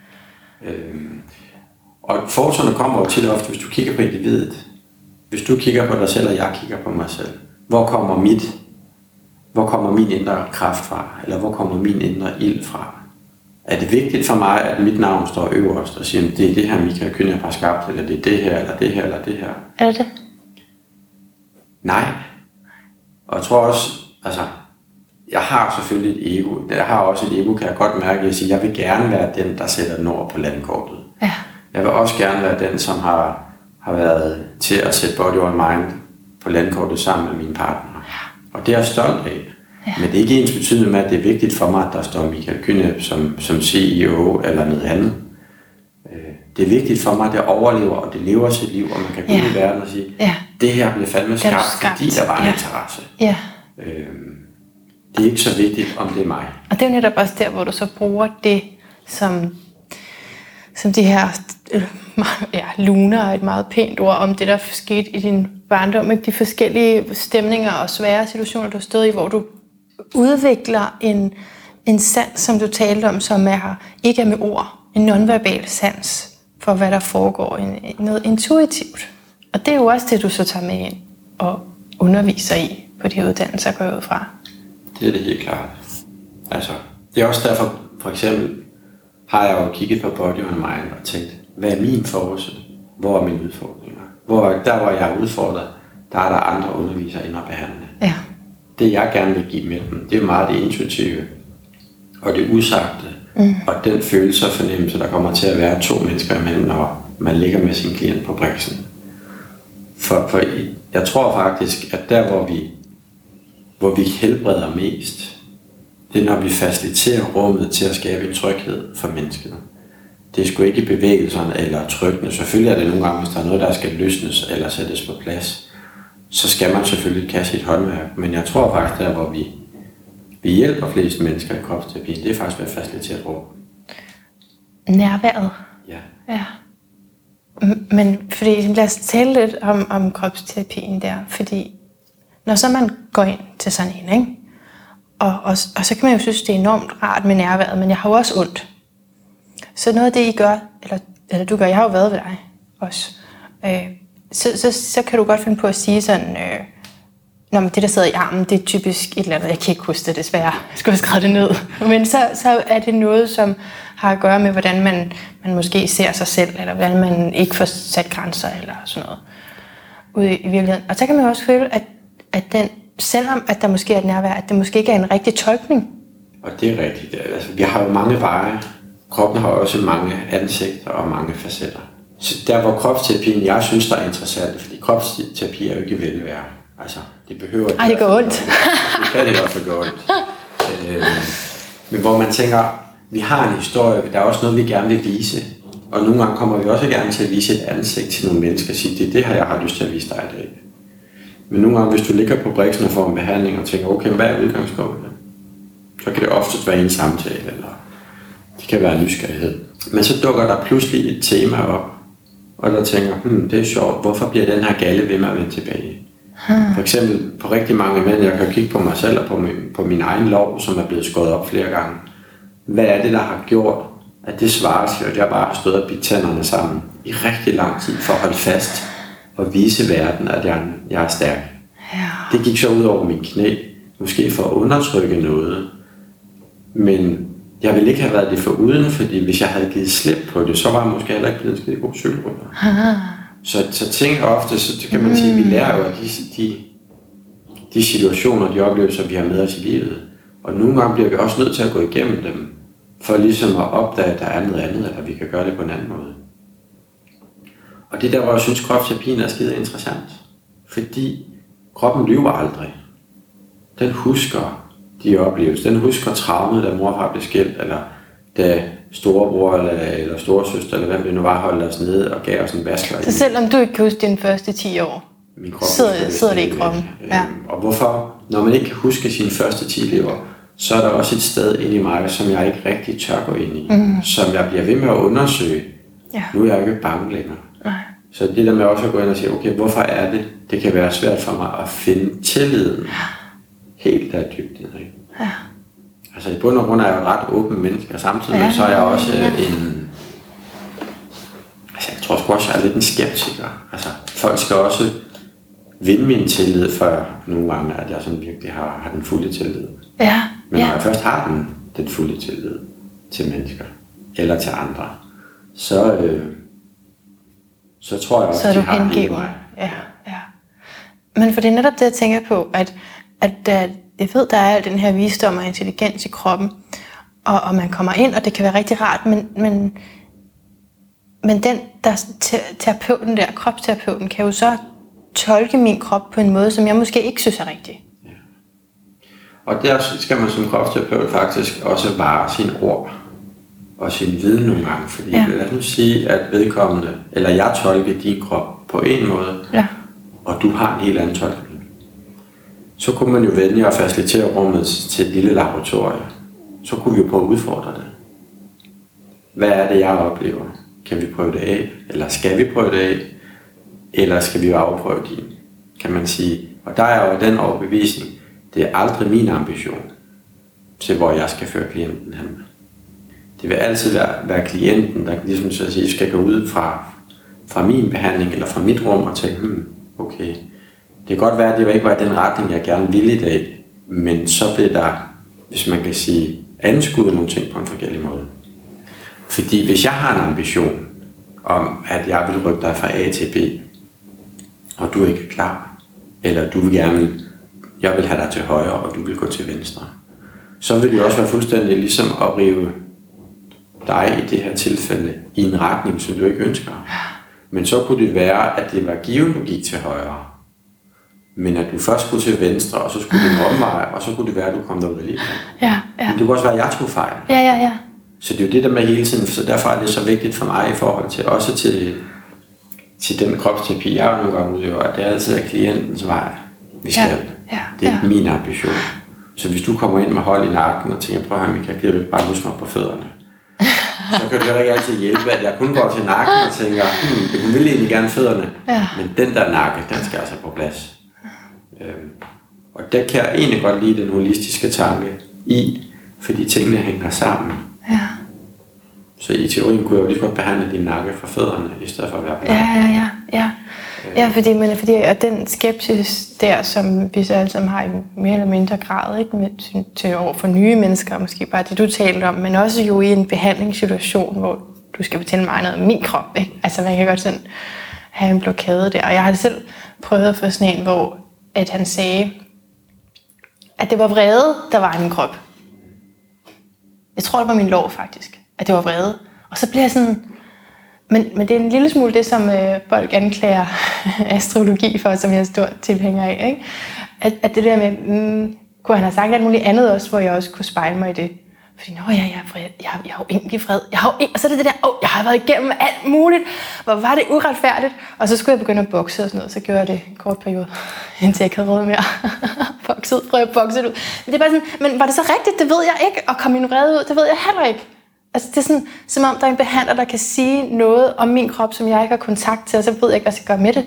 Og forcerne kommer jo tit og ofte, hvis du kigger på individet. Hvis du kigger på dig selv, og jeg kigger på mig selv. Hvor kommer min indre kraft fra? Eller hvor kommer min indre ild fra? Er det vigtigt for mig, at mit navn står øverst og siger, det er det her, Michael Kynærup har skabt, eller det er det her, eller det her, eller det her? Er det? Nej. Og jeg tror også, altså, jeg har selvfølgelig et ego. Jeg har også et ego, kan jeg godt mærke, at jeg siger, jeg vil gerne være den, der sætter Nord på landkortet. Ja. Jeg vil også gerne være den, som har været til at sætte Body on Mind på landkortet sammen med mine partnere. Ja. Og det er jeg stolt af. Ja. Men det er ikke ens betydende med, at det er vigtigt for mig, at der står Michael Kynærup som CEO eller noget andet. Det er vigtigt for mig, at det overlever, og det lever sit liv, og man kan gå ud i verden og sige, det her blev fandme skabt, fordi der var en interesse. Ja. Det er ikke så vigtigt, om det er mig. Og det er jo netop også der, hvor du så bruger det, som de her luner er et meget pænt ord, om det, der skete i din barndom, ikke? De forskellige stemninger og svære situationer, du har stået i, hvor du udvikler en sans, som du talte om, som ikke er med ord, en nonverbal sans for, hvad der foregår, noget intuitivt. Og det er jo også det, du så tager med ind og underviser i på de her uddannelser, går ud fra. Det er det helt klart. Altså, det er også derfor, for eksempel, har jeg jo kigget på Body on Mind og tænkt, hvad er min force? Hvor er mine udfordringer? Der, hvor jeg er udfordret, der er der andre undervisere ind og behandle. Ja. Det, jeg gerne vil give med dem, det er meget det intuitive og det usagte, og den følelse og fornemmelse, der kommer til at være to mennesker imellem, når man ligger med sin klient på briksen. For jeg tror faktisk, at der, hvor vi helbreder mest, det er, når vi faciliterer rummet til at skabe en tryghed for mennesket. Det er sgu ikke bevægelserne eller trykkene. Selvfølgelig er det nogle gange, hvis der er noget, der skal løsnes eller sættes på plads, så skal man selvfølgelig kaste et håndværk. Men jeg tror faktisk, der hvor vi hjælper flest mennesker i kropsterapi, det er faktisk ved at facilitere rum. Nærværet? Ja. Men fordi, lad os tale lidt om kropsterapien der, fordi når så man går ind til sådan en, ikke? Og så kan man jo synes, det er enormt rart med nærværet, men jeg har jo også ondt. Så noget af det, I gør, eller du gør, jeg har jo været ved dig også, så kan du godt finde på at sige sådan, Nå, men det, der sidder i armen, det er typisk et eller andet. Jeg kan ikke huske det, desværre. Jeg skulle have skrevet det ned. Men så er det noget, som har at gøre med, hvordan man måske ser sig selv, eller hvordan man ikke får sat grænser, eller sådan noget ude i virkeligheden. Og så kan man også føle, at den, selvom at der måske er et nærvær, at det måske ikke er en rigtig tolkning. Og det er rigtigt. Altså, vi har jo mange veje. Kroppen har også mange ansigter og mange facetter. Så der, hvor kropsterapien, jeg synes, der er interessant, fordi kropsterapi er jo ikke velvære. Altså, det behøver ikke. Ej, det går ondt. Det kan det i hvert fald gå ondt. Men hvor man tænker, vi har en historie, der er også noget, vi gerne vil vise. Og nogle gange kommer vi også gerne til at vise et ansigt til nogle mennesker og sige, det er det her, jeg har lyst til at vise dig i dag. Men nogle gange, hvis du ligger på briksen og får en behandling og tænker, okay, hvad er udgangspunktet? Så kan det oftest være en samtale, eller det kan være en nysgerrighed. Men så dukker der pludselig et tema op, og der tænker, det er sjovt, hvorfor bliver den her galle ved med at vende tilbage? For eksempel på rigtig mange mænd, jeg kan kigge på mig selv og på min egen lov, som er blevet skåret op flere gange. Hvad er det, der har gjort, at det svarer til, at jeg bare har stået og bidt tænderne sammen i rigtig lang tid for at holde fast og vise verden, at jeg er stærk. Ja. Det gik så ud over min knæ, måske for at undertrykke noget, men jeg ville ikke have været det foruden, fordi hvis jeg havde givet slip på det, så var jeg måske heller ikke blevet en skide god cykelrytter. Så ting ofte, så kan man sige, at vi lærer jo af de situationer, de oplevelser, vi har med os i livet. Og nogle gange bliver vi også nødt til at gå igennem dem, for ligesom at opdage, at der er noget andet, eller vi kan gøre det på en anden måde. Og det der, hvor jeg synes, kropsterapien er skide interessant. Fordi kroppen lyver aldrig. Den husker de oplevelser. Den husker traumet, da morfar blev skilt, eller da storebror eller storesøster, eller hvem det nu var, holdt os nede og gav os en vasker. Så selvom du ikke kan huske dine første 10 år, sidder det i kroppen. Ja. Og hvorfor? Når man ikke kan huske sine første 10 lever, så er der også et sted inde i mig, som jeg ikke rigtig tør gå ind i. Som jeg bliver ved med at undersøge. Ja. Nu er jeg ikke bange længere. Nej. Så det der med også at gå ind og sige, okay, hvorfor er det? Det kan være svært for mig at finde tilliden helt der dybt. Ikke? Ja. Altså i bund og grund er jeg jo ret åben menneske, og samtidig så er jeg også en... Altså jeg tror sgu også, jeg er lidt en skeptiker. Altså folk skal også vinde min tillid, før nogle gange, at jeg sådan virkelig har den fulde tillid. Ja. Men når jeg først har den fulde tillid til mennesker, eller til andre, så tror jeg også, så at de har det i mig. Ja. Men for det er netop det, jeg tænker på, at jeg ved, der er al den her visdom og intelligens i kroppen, og man kommer ind, og det kan være rigtig rart, men den der terapeuten der, kropsterapeuten, kan jo så tolke min krop på en måde, som jeg måske ikke synes er rigtig. Ja. Og der skal man som kropsterapeut faktisk også vare sine ord og sin viden nogle gange, fordi lad os nu sige, at vedkommende, eller jeg tolker din krop på en måde, og du har en helt anden tolkning. Så kunne man jo vælge at facilitere rummet til et lille laboratorium. Så kunne vi jo prøve at udfordre det. Hvad er det, jeg oplever? Kan vi prøve det af? Eller skal vi prøve det af? Eller skal vi jo afprøve din? Kan man sige. Og der er jo den overbevisning. Det er aldrig min ambition til, hvor jeg skal føre klienten hen. Det vil altid være klienten, der ligesom så at sige, skal gå ud fra min behandling eller fra mit rum og tænke, okay, det kan godt være, at det ikke var i den retning, jeg gerne ville i dag, men så bliver der, hvis man kan sige, anskudt nogle ting på en forskellig måde. Fordi hvis jeg har en ambition om, at jeg vil rykke dig fra A til B, og du ikke er klar, eller du vil gerne, jeg vil have dig til højre, og du vil gå til venstre, så vil det også være fuldstændig ligesom at rive dig i det her tilfælde i en retning, som du ikke ønsker. Men så kunne det være, at det var givet, du gik til højre. Men at du først skulle til venstre, og så skulle du en omvej, og så kunne det være, at du kom derud alligevel. Ja. Men det kunne også være, at jeg tog fejl. Ja. Så det er jo det der med hele tiden, så derfor er det så vigtigt for mig i forhold til, også til den kropsterapi, jeg jo nogle gange udøver, at det altid er klientens vej, vi skal. Det er ikke min ambition. Så hvis du kommer ind med hold i nakken og tænker, prøv at høre, Michael, giver du ikke bare nusse mig på fødderne? Så kan det heller ikke altid hjælpe, at jeg kun går til nakken og tænker, jeg vil egentlig gerne fødderne, men den der nakke, den skal altså på plads. Og der kan jeg egentlig godt lide den holistiske tanke i, fordi tingene hænger sammen. Ja. Så i teorien kunne jeg jo lige godt behandle din nakke fra fødderne, i stedet for at være på nakken. Ja. Ja, fordi og den skepsis der, som vi så alle sammen har i mere eller mindre grad, ikke, til over for nye mennesker, måske bare det, du talte om, men også jo i en behandlingssituation, hvor du skal fortælle mig noget om min krop, ikke? Altså man kan godt sådan have en blokade der. Og jeg har selv prøvet at få sådan en, hvor at han sagde, at det var vrede, der var i min krop. Jeg tror, det var min lår faktisk, at det var vrede. Og så bliver jeg sådan, men det er en lille smule det, som folk anklager astrologi for, som jeg er stor tilhænger af, ikke? At det der med, kunne han have sagt alt muligt andet også, hvor jeg også kunne spejle mig i det. Fordi, jeg er fred. Jeg har jo egentlig fred. Og så er det der, jeg har været igennem alt muligt. Hvor var det uretfærdigt. Og så skulle jeg begynde at bokse og sådan noget. Så gjorde jeg det en kort periode, indtil jeg ikke havde råd mere. Prøv at bokse ud. Men det er bare sådan, men var det så rigtigt? Det ved jeg ikke. Og komme min vrede ud, det ved jeg heller ikke. Altså det er sådan, som om der er en behandler, der kan sige noget om min krop, som jeg ikke har kontakt til, og så ved jeg ikke, hvad jeg skal gøre med det.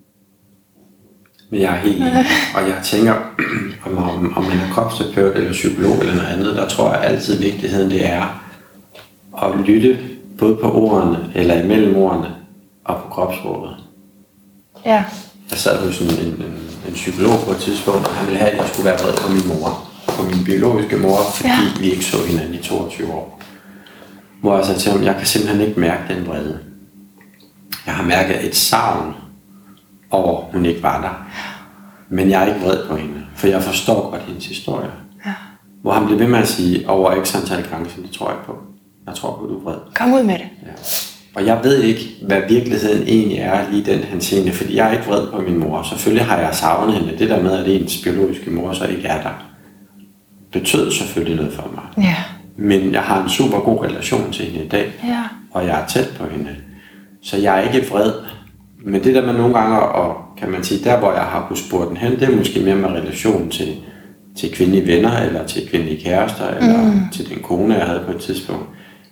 Men jeg er helt enig. Og jeg tænker, om man er kropsterapeut eller psykolog eller noget andet, der tror jeg altid vigtigheden det er at lytte både på ordene eller imellem ordene og på kropssproget. Ja. Jeg sad hos en psykolog på et tidspunkt, og han ville have, at jeg skulle være vred på min mor. På min biologiske mor, fordi vi ikke så hinanden i 22 år. Hvor jeg sagde til ham, jeg kan simpelthen ikke mærke den vrede. Jeg har mærket et savn over, hun ikke var der. Men jeg er ikke vred på hende, for jeg forstår godt hendes historie. Ja. Hvor han blev ved med at sige, over x antal gange, så det tror jeg ikke på. Jeg tror på, du er vred. Kom ud med det. Ja. Og jeg ved ikke, hvad virkeligheden egentlig er lige den henseende, fordi jeg er ikke vred på min mor. Selvfølgelig har jeg savnet hende. Det der med, at ens biologiske mor så ikke er der, betød selvfølgelig noget for mig. Ja. Men jeg har en super god relation til hende i dag, og jeg er tæt på hende. Så jeg er ikke vred. Men det der med nogle gange, og kan man sige, der hvor jeg har kunnet spurgte den hen, det er måske mere med relation til kvindelige venner, eller til kvindelige kærester, eller til den kone, jeg havde på et tidspunkt.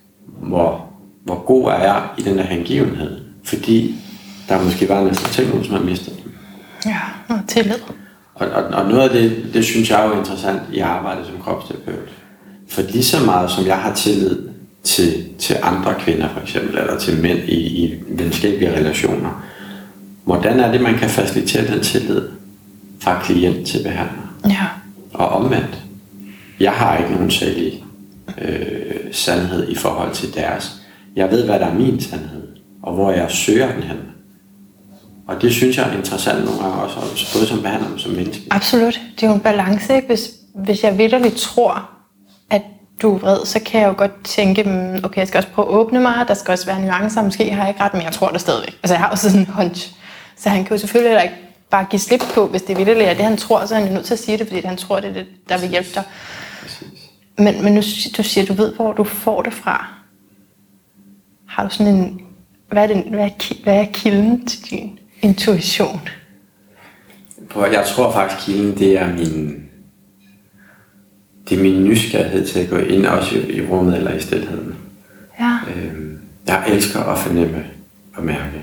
Hvor god er jeg i den der hengivenhed? Fordi der måske var næsten til nogen, som har mistet dem. Ja, noget tillid. Og noget af det synes jeg er jo interessant i arbejdet som kropsterapeut. For lige så meget som jeg har tillid til andre kvinder for eksempel, eller til mænd i venskabelige relationer, hvordan er det, man kan facilitere den tillid fra klient til behandler? Ja. Og omvendt. Jeg har ikke nogen særlig sandhed i forhold til deres. Jeg ved, hvad der er min sandhed, og hvor jeg søger den hen. Og det synes jeg er interessant nogle gange også, både som behandler og som menneske. Absolut. Det er jo en balance, ikke? Hvis jeg vitterligt tror, at du er vred, så kan jeg jo godt tænke, okay, jeg skal også prøve at åbne mig, der skal også være nuancer, måske har jeg ikke ret, men jeg tror det stadigvæk. Altså jeg har også sådan en hunch. Så han kan jo selvfølgelig heller ikke bare give slip på, hvis det er vitterligt, at det han tror, så er han jo nødt til at sige det, fordi han tror, det er det, der vil hjælpe dig. Præcis. Men nu du siger, du ved, hvor du får det fra. Har du sådan en, hvad er kilden til din intuition? Jeg tror faktisk, kilden det er min nysgerrighed til at gå ind også i rummet eller i stilheden. Ja. Jeg elsker at fornemme og mærke.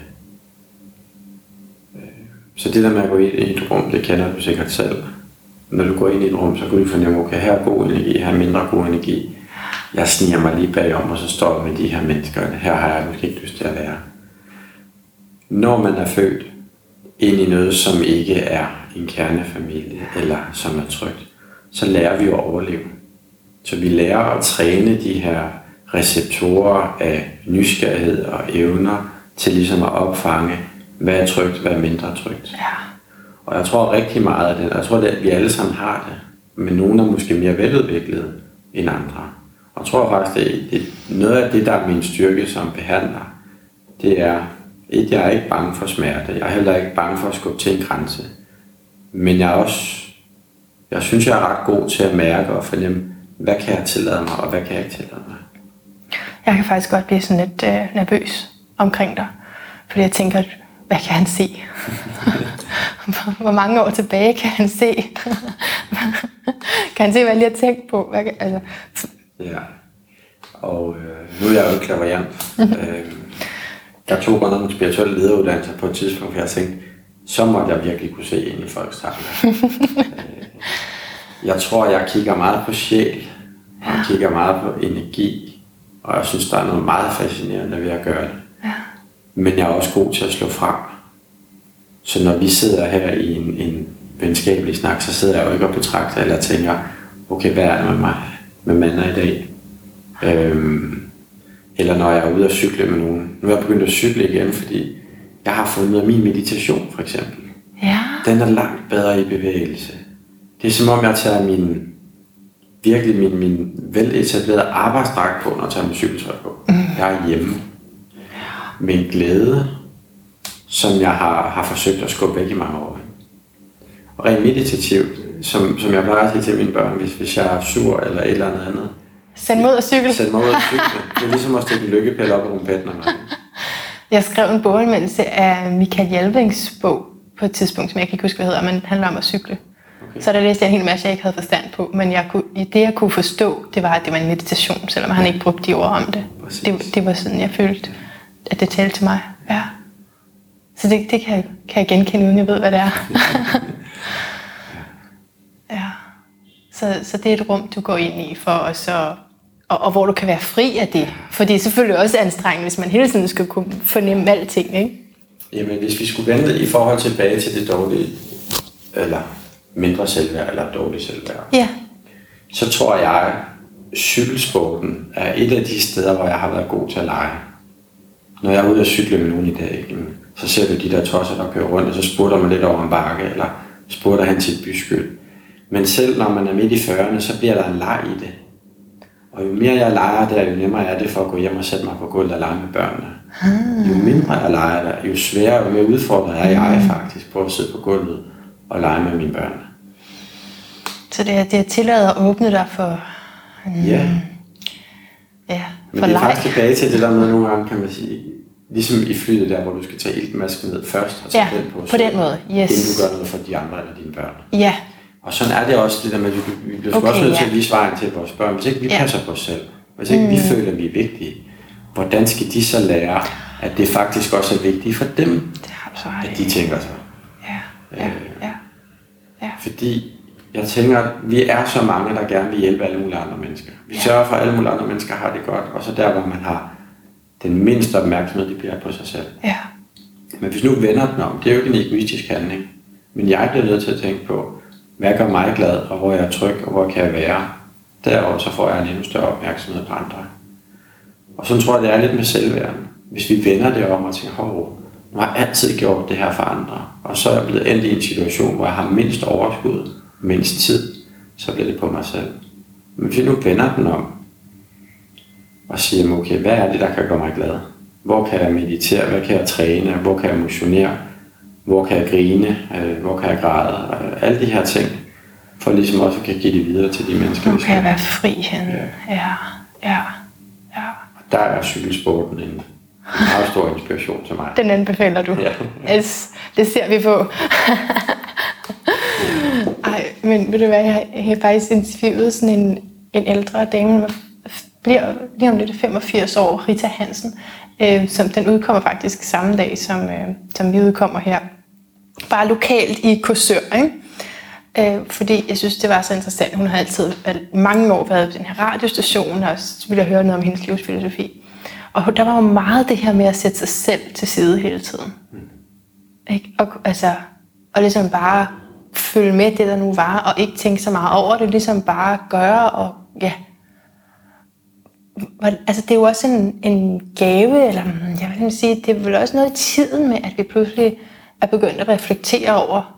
Så det der med at gå ind i et rum, det kender du sikkert selv. Når du går ind i et rum, så kan du fornemme, okay, her er god energi, her er mindre god energi. Jeg sniger mig lige bagom, og så står jeg med de her mennesker. Her har jeg måske ikke lyst til at være. Når man er født ind i noget, som ikke er en kernefamilie, eller som er trygt, så lærer vi jo at overleve. Så vi lærer at træne de her receptorer af nysgerrighed og evner til ligesom at opfange, hvad er trygt, hvad er mindre trygt. Ja. Og jeg tror rigtig meget af det, jeg tror, at vi alle sammen har det, men nogle er måske mere veludviklede end andre. Og jeg tror faktisk, det noget af det, der er min styrke som behandler, det er, jeg er ikke bange for smerte, jeg er heller ikke bange for at skubbe til en grænse, men jeg synes, jeg er ret god til at mærke og fornemme, hvad kan jeg tillade mig, og hvad kan jeg ikke tillade mig. Jeg kan faktisk godt blive sådan lidt nervøs omkring dig, fordi jeg tænker, hvad kan han se? Hvor mange år tilbage kan han se? Kan han se, hvad jeg lige har tænkt på? Altså. Ja, og nu er jeg jo ikke klaverjant. Jeg tog godt nok en spirituel lederuddannelse på et tidspunkt, for jeg tænkte, så måtte jeg virkelig kunne se ind i folks tanker. Jeg tror, jeg kigger meget på sjæl, og jeg kigger meget på energi, og jeg synes, der er noget meget fascinerende ved at gøre det. Ja. Men jeg er også god til at slå frem. Så når vi sidder her i en venskabelig snak, så sidder jeg jo ikke og betragter eller tænker, okay, hvad er det med mig, med Manna i dag? Eller når jeg er ude at cykle med nogen. Nu er jeg begyndt at cykle igen, fordi jeg har fundet min meditation for eksempel. Ja. Den er langt bedre i bevægelse. Det er som om jeg tager min veletablerede arbejdsdragt på, når jeg tager min cykeltøj på. Jeg er hjemme med en glæde, som jeg har forsøgt at skubbe væk i mange år. Og rent meditativt, som jeg plejer at sige til mine børn, hvis jeg er sur eller et eller andet. Send mig ud at cykle. Send mig ud at cykle. Det er ligesom at stikke en lykkepille op i rumpetten. Jeg skrev en boganmeldelse af Michael Hjelvings bog på et tidspunkt, som jeg kan ikke huske, hvad hedder, men det handler om at cykle. Okay. Så der læste jeg en hel masse, jeg ikke havde forstand på, men det jeg kunne forstå, det var, at det var en meditation, selvom han ikke brugte de ord om det. Det var sådan, jeg følte, at det talte til mig. Ja. Så det kan jeg genkende, uden jeg ved, hvad det er. Ja. Så det er et rum, du går ind i for at så... Og hvor du kan være fri af det. For det er selvfølgelig også anstrengende, hvis man hele tiden skal kunne fornemme alting, ikke? Jamen, hvis vi skulle vende i forhold tilbage til det dårlige, eller mindre selvværd, eller dårligt selvværd, ja. Så tror jeg, cykelsporten er et af de steder, hvor jeg har været god til at lege. Når jeg er ude at cykle med nogen i dag, så ser du de der tosser, der kører rundt, og så spurter man lidt over en bakke, eller spurter hen til et byskyld. Men selv når man er midt i 40'erne, så bliver der en leg i det. Og jo mere jeg leger der, jo nemmere er det for at gå hjem og sætte mig på gulvet og lege med børnene. Jo mindre jeg leger der, jo sværere og mere udfordret er jeg faktisk på at sidde på gulvet og lege med mine børn. Så det er tilladt at åbne dig for... Ja. Ja, men det er faktisk tilbage til det der med nogle gange, kan man sige, ligesom i flyet der, hvor du skal tage iltmasken ned først og tage den på den måde, yes. Inden du gør noget for de andre eller dine børn. Ja. Og sådan er det også det der med, at vi bliver også nødt til at vise vejen til vores børn. Hvis ikke vi passer på os selv, hvis ikke vi føler, at vi er vigtige, hvordan skal de så lære, at det faktisk også er vigtigt for dem, at de tænker sig? Ja. Fordi jeg tænker, at vi er så mange, der gerne vil hjælpe alle mulige andre mennesker. Vi sørger for, at alle mulige andre mennesker har det godt, og så der, hvor man har den mindste opmærksomhed, det bliver på sig selv. Ja. Men hvis nu vender den om, det er jo ikke en egoistisk handling, men jeg bliver nødt til at tænke på, hvad gør mig glad, og hvor jeg er tryg, og hvor kan jeg være. Derover så får jeg en endnu større opmærksomhed på andre. Og så tror jeg, det er lidt med selvværden. Hvis vi vender det om og tænker, nu har jeg altid gjort det her for andre, og så er jeg blevet endt i en situation, hvor jeg har mindst overskud, mindst tid, så bliver det på mig selv. Men hvis vi nu vender den om, og siger, okay, hvad er det, der kan gøre mig glad? Hvor kan jeg meditere? Hvad kan jeg træne? Hvor kan jeg motionere? Hvor kan jeg grine? Hvor kan jeg græde? Alle de her ting, for ligesom også kan give det videre til de mennesker. Hvor kan jeg være fri henne? Ja. Og der er cykelsporten en meget stor inspiration til mig. Den anbefaler du. Ja. Yes, det ser vi på. Ej, men ved du hvad, jeg har faktisk interviewet sådan en ældre dame, der bliver lige om lidt 85 år, Rita Hansen, som den udkommer faktisk samme dag, som vi udkommer her. Bare lokalt i Korsør, ikke? Fordi jeg synes, det var så interessant. Hun har altid mange år været på den her radiostation, og så ville jeg høre noget om hendes livsfilosofi. Og der var jo meget det her med at sætte sig selv til side hele tiden. Ikke? Og ligesom bare følge med det, der nu var, og ikke tænke så meget over det, ligesom bare gøre, og ja. Altså det er jo også en gave, eller jeg vil sige, det er vel også noget i tiden med, at vi pludselig er begyndt at reflektere over,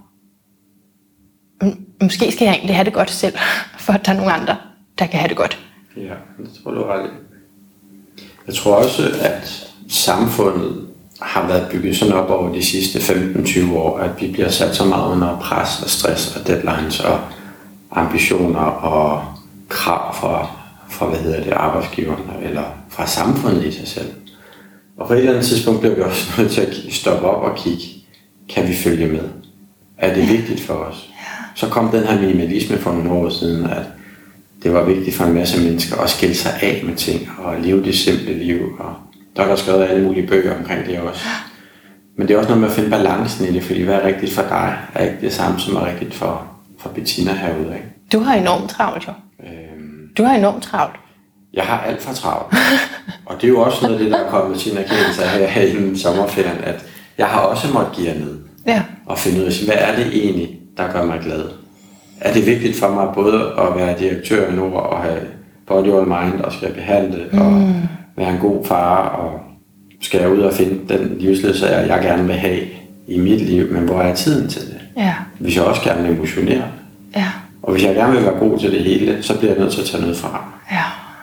måske skal jeg egentlig have det godt selv, for at der er nogle andre, der kan have det godt. Ja, det tror du ret i. Jeg tror også, at samfundet har været bygget sådan op over de sidste 15-20 år, at vi bliver sat så meget under pres og stress og deadlines og ambitioner og krav fra arbejdsgiverne eller fra samfundet i sig selv. Og på et eller andet tidspunkt bliver vi også nødt til at stoppe op og kigge, kan vi følge med? Er det vigtigt for os? Så kom den her minimalisme for nogle år siden, at det var vigtigt for en masse mennesker at skille sig af med ting og leve det simple liv. Og der er der skrevet alle mulige bøger omkring det også. Men det er også noget med at finde balancen i det, fordi hvad er rigtigt for dig, er ikke det samme som er rigtigt for Bettina herude. Ikke? Du har enormt travlt, jo. Du har enormt travlt. Jeg har alt for travlt. Og det er jo også noget af det, der er kommet til en erkendelse her i sommerferien, at jeg har også måttet give ned. Ja. og finde ud af, hvad er det egentlig, der gør mig glad? Er det vigtigt for mig både at være direktør i Nord og have body all mind og skal behandle og være en god far og skal jeg ud og finde den livsledsager, jeg gerne vil have i mit liv, men hvor er tiden til det? Ja. Hvis jeg også gerne vil emotionere, og hvis jeg gerne vil være god til det hele, så bliver jeg nødt til at tage noget fra. Ja.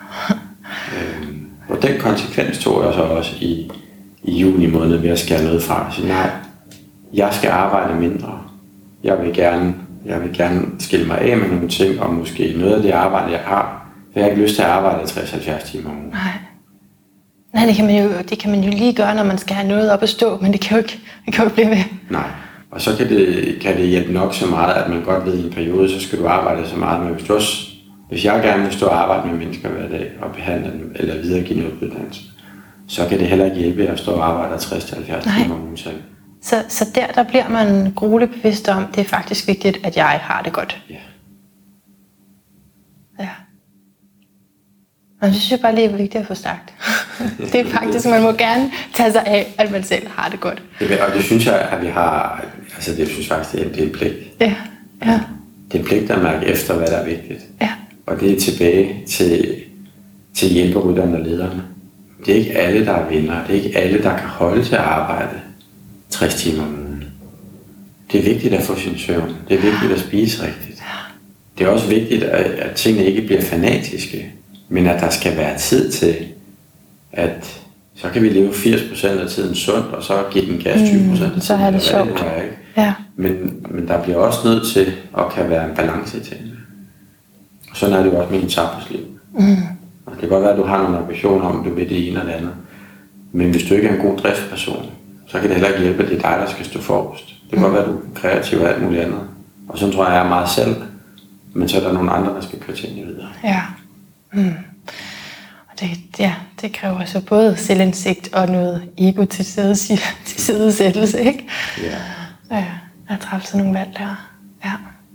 Og den konsekvens tog jeg så også i juni måned ved at skære noget fra. Så nej, jeg skal arbejde mindre. Jeg vil gerne skille mig af med nogle ting, og måske noget af det arbejde, jeg har, for jeg har ikke lyst til at arbejde 60-70 timer om ugen. Nej, det kan man jo lige gøre, når man skal have noget op at stå, men det kan jo ikke blive ved. Nej, og så kan det hjælpe nok så meget, at man godt ved i en periode, så skal du arbejde så meget. Men hvis jeg gerne vil stå og arbejde med mennesker hver dag, og behandle dem, eller videregive noget uddannelse, så kan det heller ikke hjælpe at stå og arbejde 60-70 timer om ugen selv. Så der bliver man grueligt bevidst om, det er faktisk vigtigt, at jeg har det godt. Ja. Ja. Men det synes jeg bare lige er vigtigt at få sagt. Det er faktisk, man må gerne tage sig af, at man selv har det godt. Og det synes jeg, at vi har, altså det synes jeg faktisk, det er en pligt. Ja. Det er en pligt at mærke efter, hvad der er vigtigt. Ja. Og det er tilbage til hjælperytterne og lederne. Det er ikke alle, der er vinder. Det er ikke alle, der kan holde til at arbejde 60 timer om ugen. Det er vigtigt at få sin søvn. Det er vigtigt at spise rigtigt. Det er også vigtigt, at tingene ikke bliver fanatiske, men at der skal være tid til, at så kan vi leve 80% af tiden sundt, og så give den gas 20% af tiden. Så er det sjovt. Ja. Men der bliver også nødt til at kan være en balance i tingene. Og sådan er det jo også med en tappesliv. Og det kan godt være, at du har nogle ambitioner om, at du vil det ene eller det andet. Men hvis du ikke er en god driftsperson, så kan det heller ikke hjælpe, at det er dig, der skal stå forrest. Det kan godt være, at du er kreativ og alt muligt andet. Og sådan tror jeg er meget selv. Men så er der nogle andre, der skal køre tingene videre. Ja. Og det kræver så både selvindsigt og noget ego til sidesættelse, ikke? Ja. At træffe sådan nogle valg der. Ja.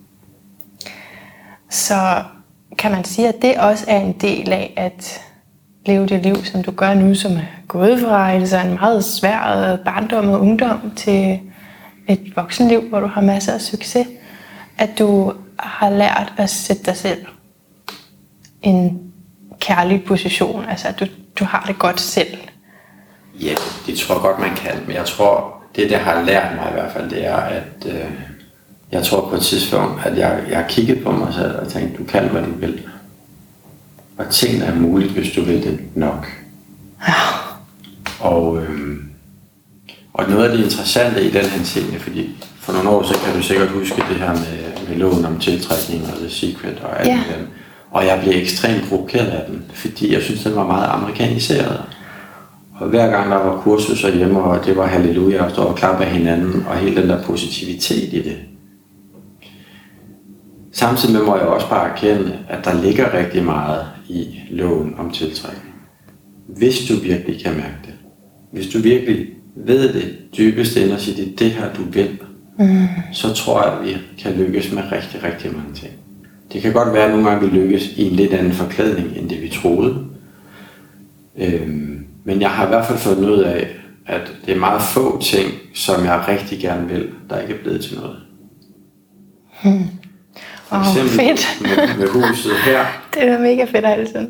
Så kan man sige, at det også er en del af at leve det liv, som du gør nu, som er gået fra en meget svær barndom og ungdom til et voksenliv, hvor du har masser af succes. At du har lært at sætte dig selv i en kærlig position, altså at du har det godt selv. Ja, det tror jeg godt, man kan, men jeg tror, det har lært mig i hvert fald, det er, at jeg tror på et tidspunkt, at jeg har kigget på mig selv og tænkt, du kan, hvad du vil. Og tingene er muligt, hvis du vil det nok. Ja. Og noget af det interessante i den her ting, fordi for nogle år så kan du sikkert huske det her med loven om tiltrækning og The Secret og alt det. Og jeg blev ekstremt provokeret af den, fordi jeg synes, den var meget amerikaniseret. Og hver gang der var kursus hjemme, og det var halleluja, og stå og klappe af hinanden, og hele den der positivitet i det. Samtidig med må jeg også bare erkende, at der ligger rigtig meget i loven om tiltrækning. Hvis du virkelig kan mærke det. Hvis du virkelig ved det dybest inde og siger, det er det her, du vil, så tror jeg, at vi kan lykkes med rigtig, rigtig mange ting. Det kan godt være, at nogle gange vi lykkes i en lidt anden forklædning, end det vi troede. Men jeg har i hvert fald fundet ud af, at det er meget få ting, som jeg rigtig gerne vil, der ikke er blevet til noget. For eksempel fedt. med huset her. Det er mega fedt altid.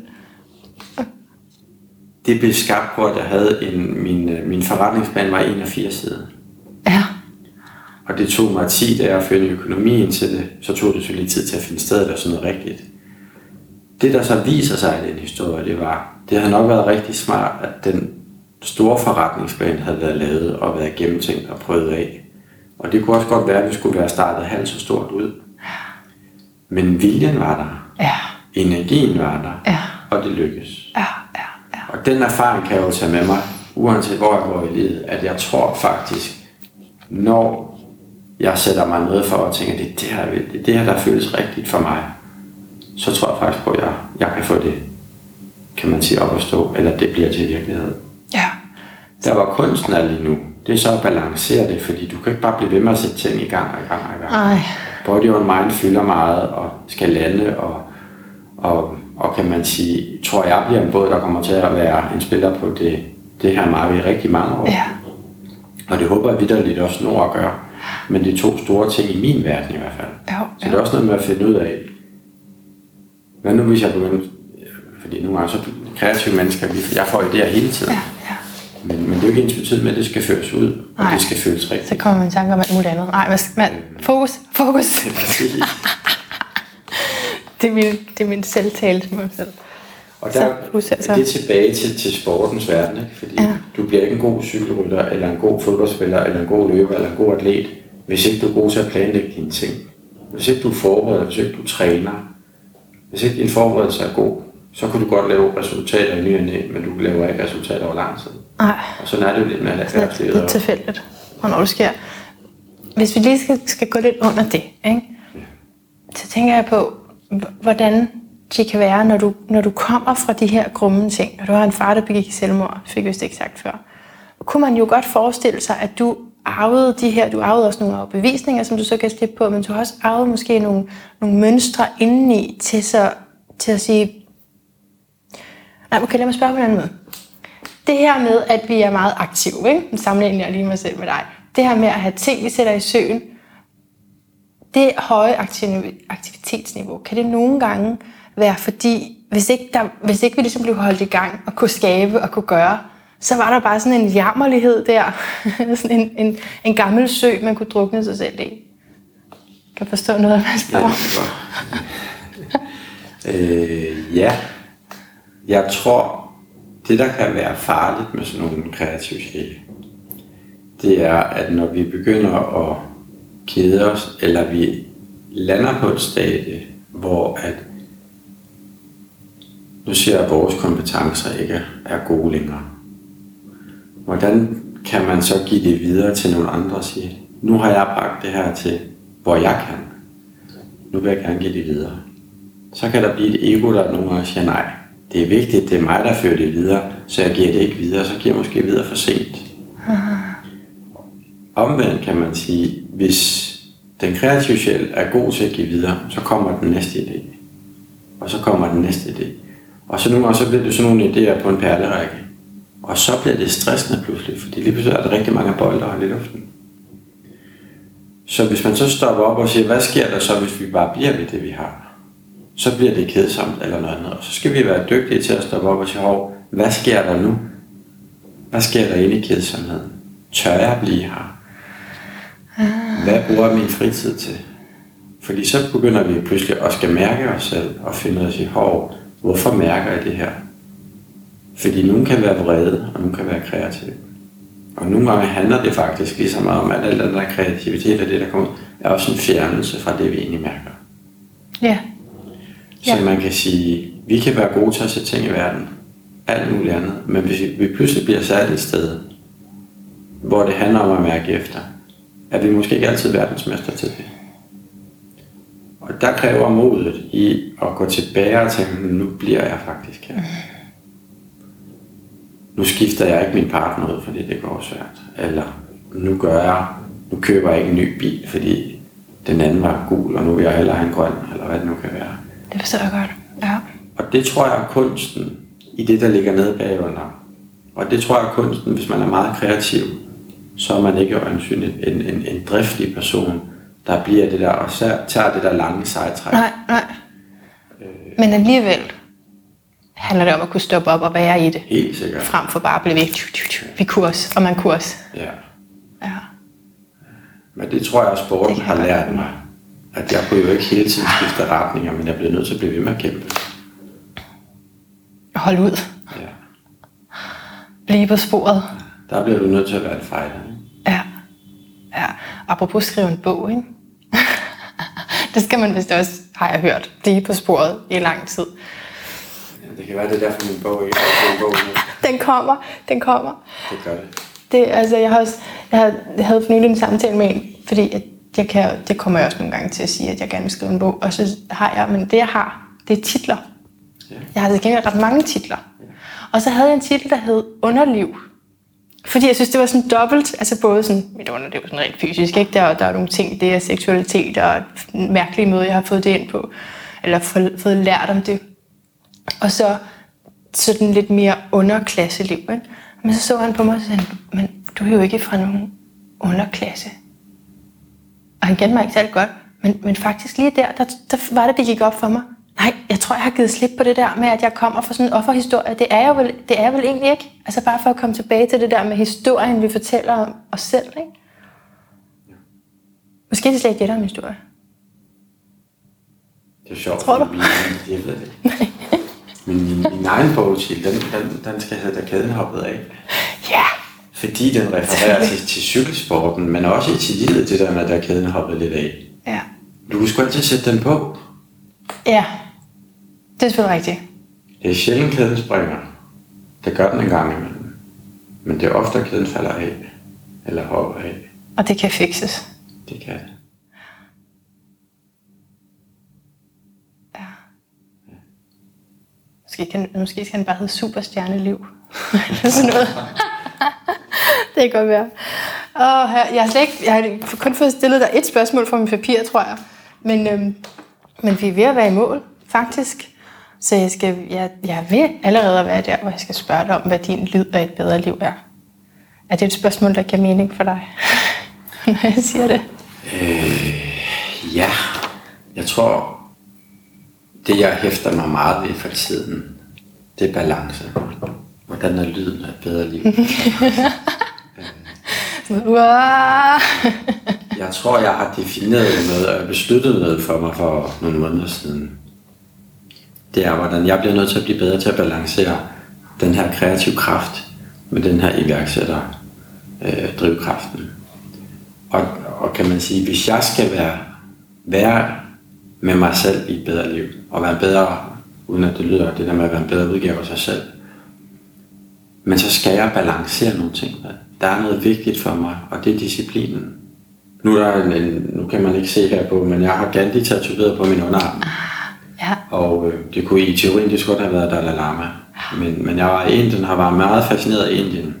Det blev skabt på, at jeg havde min forretningsplan var 81 sider. Ja. Og det tog mig 10 dage at finde økonomien til det. Så tog det så lidt tid til at finde stedet og sådan noget rigtigt. Det der så viser sig i den historie, det havde nok været rigtig smart, at den store forretningsplan havde været lavet og været gennemtænkt og prøvet af. Og det kunne også godt være, at vi skulle være startet halvt så stort ud. Men viljen var der. Ja. Energien var der. Ja. Og det lykkedes. Ja. Og den erfaring kan jeg jo tage med mig, uanset hvor jeg går i livet, at jeg tror faktisk, når jeg sætter mig noget for at tænke, det er det her, der føles rigtigt for mig, så tror jeg faktisk på, at jeg kan få det, kan man sige, op at stå, eller det bliver til virkelighed. Ja. Der var kunsten er lige nu. Det er så at balancere det, fordi du kan ikke bare blive ved med at sætte ting i gang og i gang og i gang. Ej. Body on mind fylder meget og skal lande, og kan man sige, tror jeg bliver en båd, der kommer til at være en spiller på det her marked i rigtig mange år. Ja. Og det håber jeg vitterligt også når at gøre. Men det er 2 store ting i min verden i hvert fald. Så det er også noget med at finde ud af, hvad nu hvis jeg begynder, fordi nogle gange så kreative mennesker, jeg får idéer hele tiden. Men det er jo ikke ensbetydende med, at det skal føres ud, og det skal føles rigtigt. Så kommer man i tanke om alt muligt andet. Nej, fokus. Det er min selvtale til mig selv. Og der er det tilbage til sportens verden, ikke? Fordi du bliver ikke en god cykelrytter, eller en god fodboldspiller, eller en god løber, eller en god atlet, hvis ikke du er god til at planlægge dine ting. Hvis ikke du er forberedt, hvis ikke du træner, hvis ikke din forberedelse er god, så kan du godt lave resultater i ny og næ, men du laver ikke resultater over lang tid. Nej. Og sådan er det jo lidt med erhvervslivet. Det er tilfældigt, hvornår det sker. Hvis vi lige skal gå lidt under det, ikke? Så tænker jeg på, hvordan det kan være, når du kommer fra de her grumme ting, og du har en far, der begik selvmord, fik jeg ikke sagt før. Kunne man jo godt forestille sig, at du arvede du arvede også nogle bevisninger, som du så kan slippe på, men du har også arvet måske nogle mønstre indeni til at sige, nej, okay, lad mig spørge på en anden måde. Det her med, at vi er meget aktive, ikke? Nu sammenligner jeg lige mig selv med dig. Det her med at have ting, vi sætter i søen, det høje aktivitetsniveau, kan det nogle gange være fordi, hvis ikke vi ligesom blev holdt i gang og kunne skabe og kunne gøre, så var der bare sådan en jammerlighed der. Sådan en gammel sø, man kunne drukne sig selv i. Kan forstå noget af, hvad jeg spørger? Ja. Jeg tror, det der kan være farligt med sådan nogle kreative sjæle, det er, at når vi begynder at kede os, eller vi lander på et stadie, hvor at nu siger jeg, at vores kompetencer ikke er gode længere. Hvordan kan man så give det videre til nogle andre og sige, nu har jeg bragt det her til, hvor jeg kan. Nu vil jeg gerne give det videre. Så kan der blive et ego, der nogle gange siger, nej, det er vigtigt, det er mig, der fører det videre, så jeg giver det ikke videre, så giver jeg måske videre for sent. Omvendt kan man sige, hvis den kreative sjæl er god til at give videre, så kommer den næste idé. Og så kommer den næste idé. Og så nogle gange så bliver det sådan nogle idéer på en perlerække. Og så bliver det stressende pludselig, fordi lige pludselig er der rigtig mange bolde i luften. Så hvis man så stopper op og siger, hvad sker der så, hvis vi bare bliver ved det, vi har? Så bliver det kedsomt eller noget andet. Og så skal vi være dygtige til at stoppe op og sige, hvad sker der nu? Hvad sker der inde i kedsomheden? Tør jeg blive her? Hvad bruger jeg min fritid til? Fordi så begynder vi pludselig at skal mærke os selv og finde ud af at sige, hvorfor mærker jeg det her? Fordi nogen kan være vrede, og nogen kan være kreative. Og nogle gange handler det faktisk lige så meget om, at al den der kreativitet og det, der kommer ud, er også en fjernelse fra det, vi egentlig mærker. Ja. Så man kan sige, vi kan være gode til at sætte ting i verden, alt muligt andet, men hvis vi pludselig bliver sat et sted, hvor det handler om at mærke efter, er vi måske ikke altid verdensmester til det. Og der kræver modet i at gå tilbage og tænke, nu bliver jeg faktisk her. Nu skifter jeg ikke min partner ud, fordi det går svært. Eller nu køber jeg ikke en ny bil, fordi den anden var gul, og nu vil jeg hellere have en grøn, eller hvad det nu kan være. Det forstår jeg godt, ja. Og det tror jeg er kunsten i det, der ligger nede bagunder. Og det tror jeg er kunsten, hvis man er meget kreativ, så er man ikke øjensynligt en driftig person, der bliver det der, og så tager det der lange sejtræk. Nej. Men alligevel handler det om at kunne stoppe op og være i det. Helt sikkert. Frem for bare at blive ved kurs, og man kurs. Ja. Ja. Men det tror jeg, at sporten har lært mig. At jeg kunne jo ikke hele tiden skifte retninger, men jeg blev nødt til at blive ved med at kæmpe. Hold ud. Ja. Blive på sporet. Der bliver du nødt til at være en fighter. Ja. Apropos skrive en bog, ikke? Det skal man vist også, har jeg hørt, blive på sporet i lang tid. Ja, det kan være, det er derfor min bog ikke er en bog nu. Den kommer. Det gør det. Altså, jeg havde for nylig en samtale med en, fordi det kommer jeg også nogle gange til at sige, at jeg gerne vil skrive en bog, og så har jeg, men det jeg har, det er titler. Ja. Jeg har altså gennem ret mange titler. Ja. Og så havde jeg en titel, der hed Underliv. Fordi jeg synes, det var sådan dobbelt, altså både sådan, mit underliv sådan rent fysisk, ikke? Der er nogle ting, det er seksualitet og en mærkelig måde, jeg har fået det ind på, eller fået lært om det. Og så sådan lidt mere underklasseliv, ikke? Men så han på mig og sagde, men du er jo ikke fra nogen underklasse. Og han kendte mig ikke særlig godt. Men faktisk lige der var det gik op for mig. Nej, jeg tror, jeg har givet slip på det der med, at jeg kommer fra sådan en offerhistorie. Det er jeg vel egentlig ikke. Altså bare for at komme tilbage til det der med historien, vi fortæller om os selv, ikke? Måske er det slet ikke det, der er en historie. Det er sjovt. Tror du? Jeg ved det ikke. Men min egen bogtil, den skal have da kæden hoppet af. Ja. Fordi den refererer til cykelsporten, men også til livet, det der med, at der kæden hoppet lidt af. Ja. Du kunne sgu altid sætte den på. Ja. Det er selvfølgelig rigtigt. Det er sjældent, kæden springer. Det gør den en gang imellem. Men det er ofte, at kæden falder af. Eller hopper af. Og det kan fikses. Det kan det. Ja. Måske skal han bare hedde Superstjerneliv. Sådan noget. Det kan godt være. Jeg har kun fået stillet dig et spørgsmål fra min papir, tror jeg. Men vi er ved at være i mål, faktisk. Så jeg vil allerede være der, hvor jeg skal spørge dig om, hvad din lyd af et bedre liv er. Er det et spørgsmål, der giver mening for dig, når jeg siger det? Ja. Jeg tror, det jeg hæfter mig meget ved for tiden, det er balance. Hvordan er lyden af et bedre liv? Jeg tror, jeg har defineret noget og besluttet noget for mig for nogle måneder siden. Det er, hvordan jeg bliver nødt til at blive bedre til at balancere den her kreative kraft med den her iværksætter drivkraften. Og kan man sige, hvis jeg skal være med mig selv i et bedre liv, og være bedre, uden at det lyder det der med at være en bedre udgave af sig selv, men så skal jeg balancere nogle ting. Der er noget vigtigt for mig, og det er disciplinen. Nu kan man ikke se her på, men jeg har Gandhi tatoveret på min underarm. Ja. Og det kunne i teorien, det skulle have været Dalai Lama. Men jeg var i Indien, har været meget fascineret af Indien.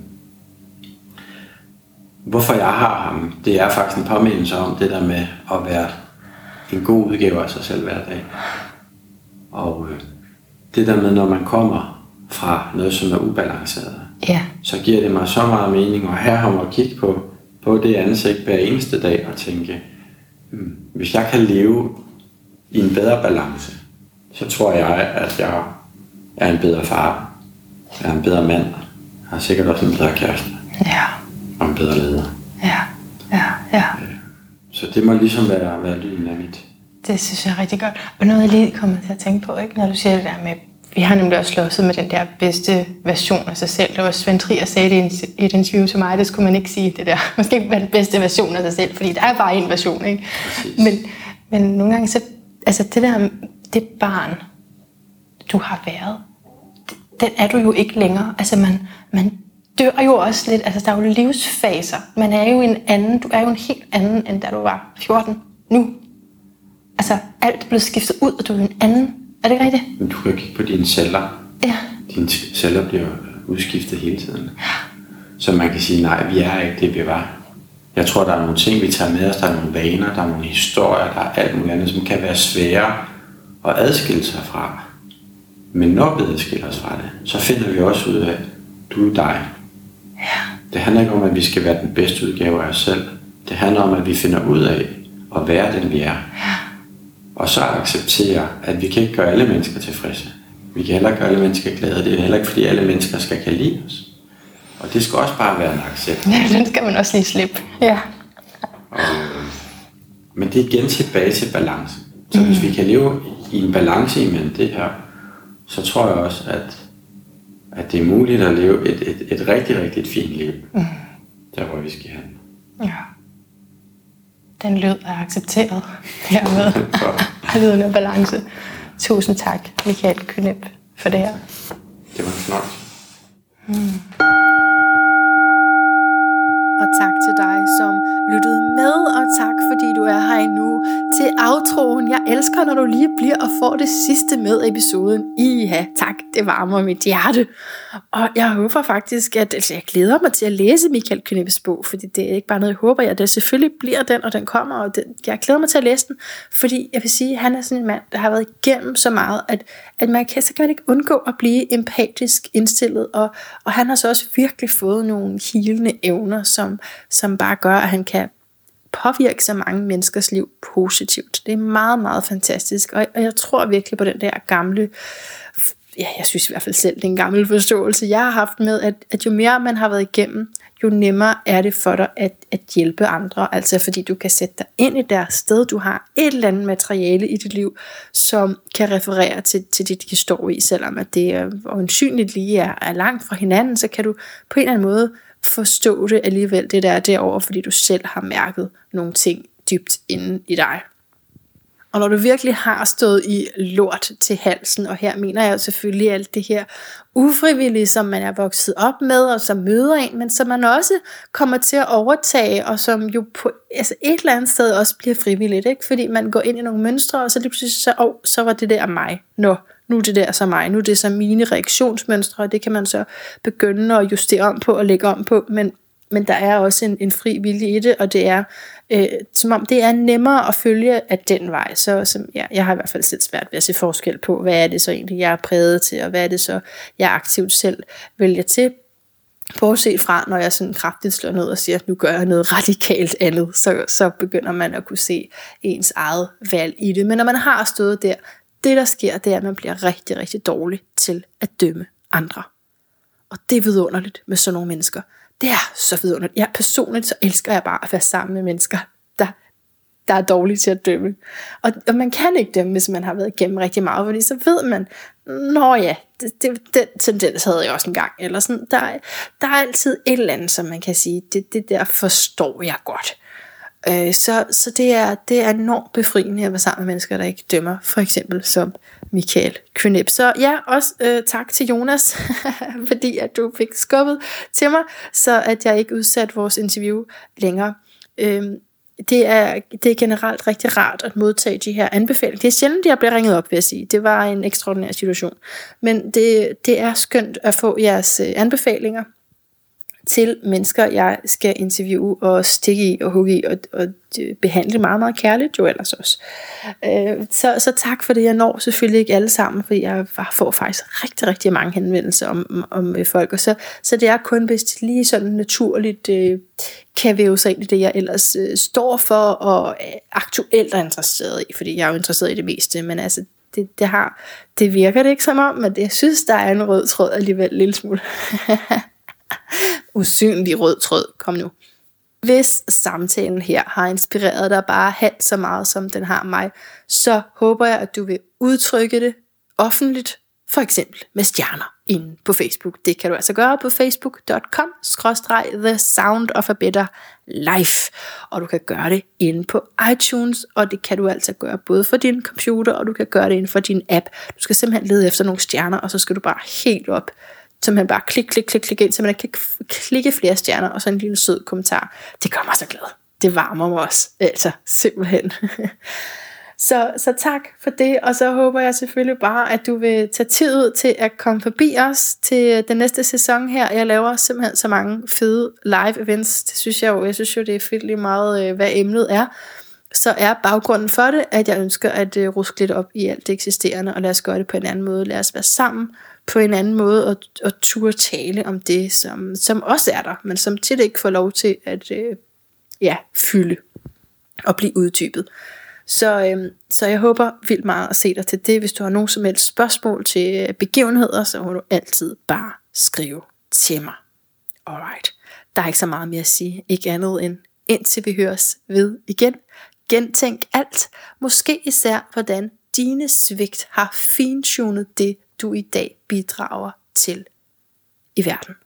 Hvorfor jeg har ham, det er faktisk en påmindelse om det der med at være en god udgave af sig selv hver dag. Og det der med, når man kommer fra noget, som er ubalanceret, så giver det mig så meget mening at have ham og kigge på det ansigt hver eneste dag og tænke, hvis jeg kan leve i en bedre balance, så tror jeg, at jeg er en bedre far, jeg er en bedre mand, jeg har sikkert også en bedre kæreste, og en bedre leder. Ja. Så det må ligesom være lyden af mit. Det synes jeg er rigtig godt. Og noget jeg lige kommer til at tænke på, ikke? Når du siger det der med, vi har nemlig også slåsset med den der bedste version af sig selv. Der var Svend Trier sagde det i et interview til mig, det skulle man ikke sige det der. Man skal ikke være den bedste version af sig selv, fordi der er bare en version, ikke? Men nogle gange så, altså det barn, du har været, den er du jo ikke længere. Altså man dør jo også lidt, altså der er jo livsfaser. Man er jo en anden, du er jo en helt anden, end da du var 14 nu. Altså alt er blevet skiftet ud, og du er en anden. Er det ikke rigtigt? Men du kan kigge på dine celler. Ja. Dine celler bliver udskiftet hele tiden. Så man kan sige, nej, vi er ikke det, vi var. Jeg tror, der er nogle ting, vi tager med os. Der er nogle vaner, der er nogle historier, der er alt muligt andet, som kan være svære at adskille sig fra. Men når vi adskiller os fra det, så finder vi også ud af, du er dig. Ja. Det handler ikke om, at vi skal være den bedste udgave af os selv. Det handler om, at vi finder ud af at være den, vi er. Ja. Og så acceptere, at vi kan ikke gøre alle mennesker tilfredse. Vi kan heller ikke gøre alle mennesker glade. Det er heller ikke, fordi alle mennesker kan lide os. Og det skal også bare være en accept. Ja, den skal man også lige slippe. Ja. Men det er igen tilbage til balance. Så hvis vi kan leve i en balance imellem det her, så tror jeg også, at det er muligt at leve et rigtig, rigtig fint liv. Der hvor vi skal hen. Ja. Den lyd er accepteret hermed. Lyden af balance. Tusind tak, Michael Kynep, for det her. Det var en fornøjelse. Og tak til dig, som lyttede med, og tak fordi du er her endnu til outroen. Jeg elsker, når du lige bliver og får det sidste med episoden. Tak, det varmer mit hjerte. Og jeg håber faktisk, jeg glæder mig til at læse Michael Kynepes bog, fordi det er ikke bare noget, jeg håber, det selvfølgelig bliver den, og den kommer, og jeg glæder mig til at læse den, fordi jeg vil sige, at han er sådan en mand, der har været igennem så meget, at så kan man ikke undgå at blive empatisk indstillet, og han har så også virkelig fået nogle healende evner, som bare gør, at han kan påvirke så mange menneskers liv positivt. Det er meget, meget fantastisk, og jeg tror virkelig på den der gamle, ja, jeg synes i hvert fald selv, det er en gammel forståelse, jeg har haft med, at jo mere man har været igennem, jo nemmere er det for dig at hjælpe andre. Altså fordi du kan sætte dig ind i deres sted. Du har et eller andet materiale i dit liv, som kan referere til det, de står i. Selvom at det øjensynligt lige er langt fra hinanden, så kan du på en eller anden måde forstå det alligevel, det der derovre, fordi du selv har mærket nogle ting dybt inde i dig. Og når du virkelig har stået i lort til halsen, og her mener jeg jo selvfølgelig alt det her ufrivillige, som man er vokset op med, og som møder en, men som man også kommer til at overtage, og som jo på et eller andet sted også bliver frivilligt, ikke? Fordi man går ind i nogle mønstre, og så lige pludselig så var det der mig. Nu er det der så mig, nu er det så mine reaktionsmønstre, og det kan man så begynde at justere om på og lægge om på, men der er også en fri vilje i det, og det er som om det er nemmere at følge af den vej. Så jeg har i hvert fald selv svært ved at se forskel på, hvad er det så egentlig, jeg er præget til, og hvad er det så, jeg aktivt selv vælger til. Bortset fra, når jeg sådan kraftigt slår ned og siger, at nu gør jeg noget radikalt andet, så begynder man at kunne se ens eget valg i det. Men når man har stået der, det der sker, det er, at man bliver rigtig, rigtig dårlig til at dømme andre. Og det er vidunderligt med sådan nogle mennesker. Det er så vidunderligt. Jeg personligt så elsker jeg bare at være sammen med mennesker, der er dårlige til at dømme. Og man kan ikke dømme, hvis man har været igennem rigtig meget, fordi så ved man, nå ja, den tendens havde jeg også en gang. Eller sådan, der er altid et eller andet, som man kan sige, det der forstår jeg godt. Så det er enormt befriende at være sammen med mennesker, der ikke dømmer, for eksempel som Michael Kynep. Så ja, også tak til Jonas, fordi at du fik skubbet til mig, så at jeg ikke udsatte vores interview længere. Det er generelt rigtig rart at modtage de her anbefalinger. Det er sjældent, jeg bliver ringet op, vil jeg sige. Det var en ekstraordinær situation. Men det er skønt at få jeres anbefalinger til mennesker, jeg skal interviewe og stikke i og hugge i og behandle meget, meget kærligt jo ellers også. Så tak for det. Jeg når selvfølgelig ikke alle sammen, fordi jeg får faktisk rigtig, rigtig mange henvendelser om folk. Og så det er kun, hvis det lige sådan naturligt kan væve sig ind i det, jeg ellers står for og aktuelt er interesseret i, fordi jeg er jo interesseret i det meste, men altså det virker det ikke som om, men jeg synes, der er en rød tråd alligevel en lille smule. Usynlig rød tråd, kom nu. Hvis samtalen her har inspireret dig bare halvt så meget, som den har mig, så håber jeg, at du vil udtrykke det offentligt, for eksempel med stjerner inde på Facebook. Det kan du altså gøre på facebook.com/The Sound of a Better Life. Og du kan gøre det inde på iTunes, og det kan du altså gøre både for din computer, og du kan gøre det inde for din app. Du skal simpelthen lede efter nogle stjerner, og så skal du bare helt op, så man bare klik ind, så man kan klikke flere stjerner, og så en lille sød kommentar. Det gør mig så glad. Det varmer mig også. Altså, simpelthen. Så tak for det, og så håber jeg selvfølgelig bare, at du vil tage tid ud til at komme forbi os til den næste sæson her. Jeg laver simpelthen så mange fede live events. Det synes jeg jo. Jeg synes jo, det er fedt lige meget, hvad emnet er. Så er baggrunden for det, at jeg ønsker at ruske lidt op i alt det eksisterende, og lad os gøre det på en anden måde. Lad os være sammen på en anden måde, og turde tale om det, som også er der, men som tit ikke får lov til at fylde og blive uddybet. Så jeg håber vildt meget at se dig til det. Hvis du har nogen som helst spørgsmål til begivenheder, så må du altid bare skrive til mig. Alright. Der er ikke så meget mere at sige. Ikke andet end indtil vi høres ved igen. Gentænk alt. Måske især hvordan dine svigt har fintunet det, du i dag bidrager til i verden.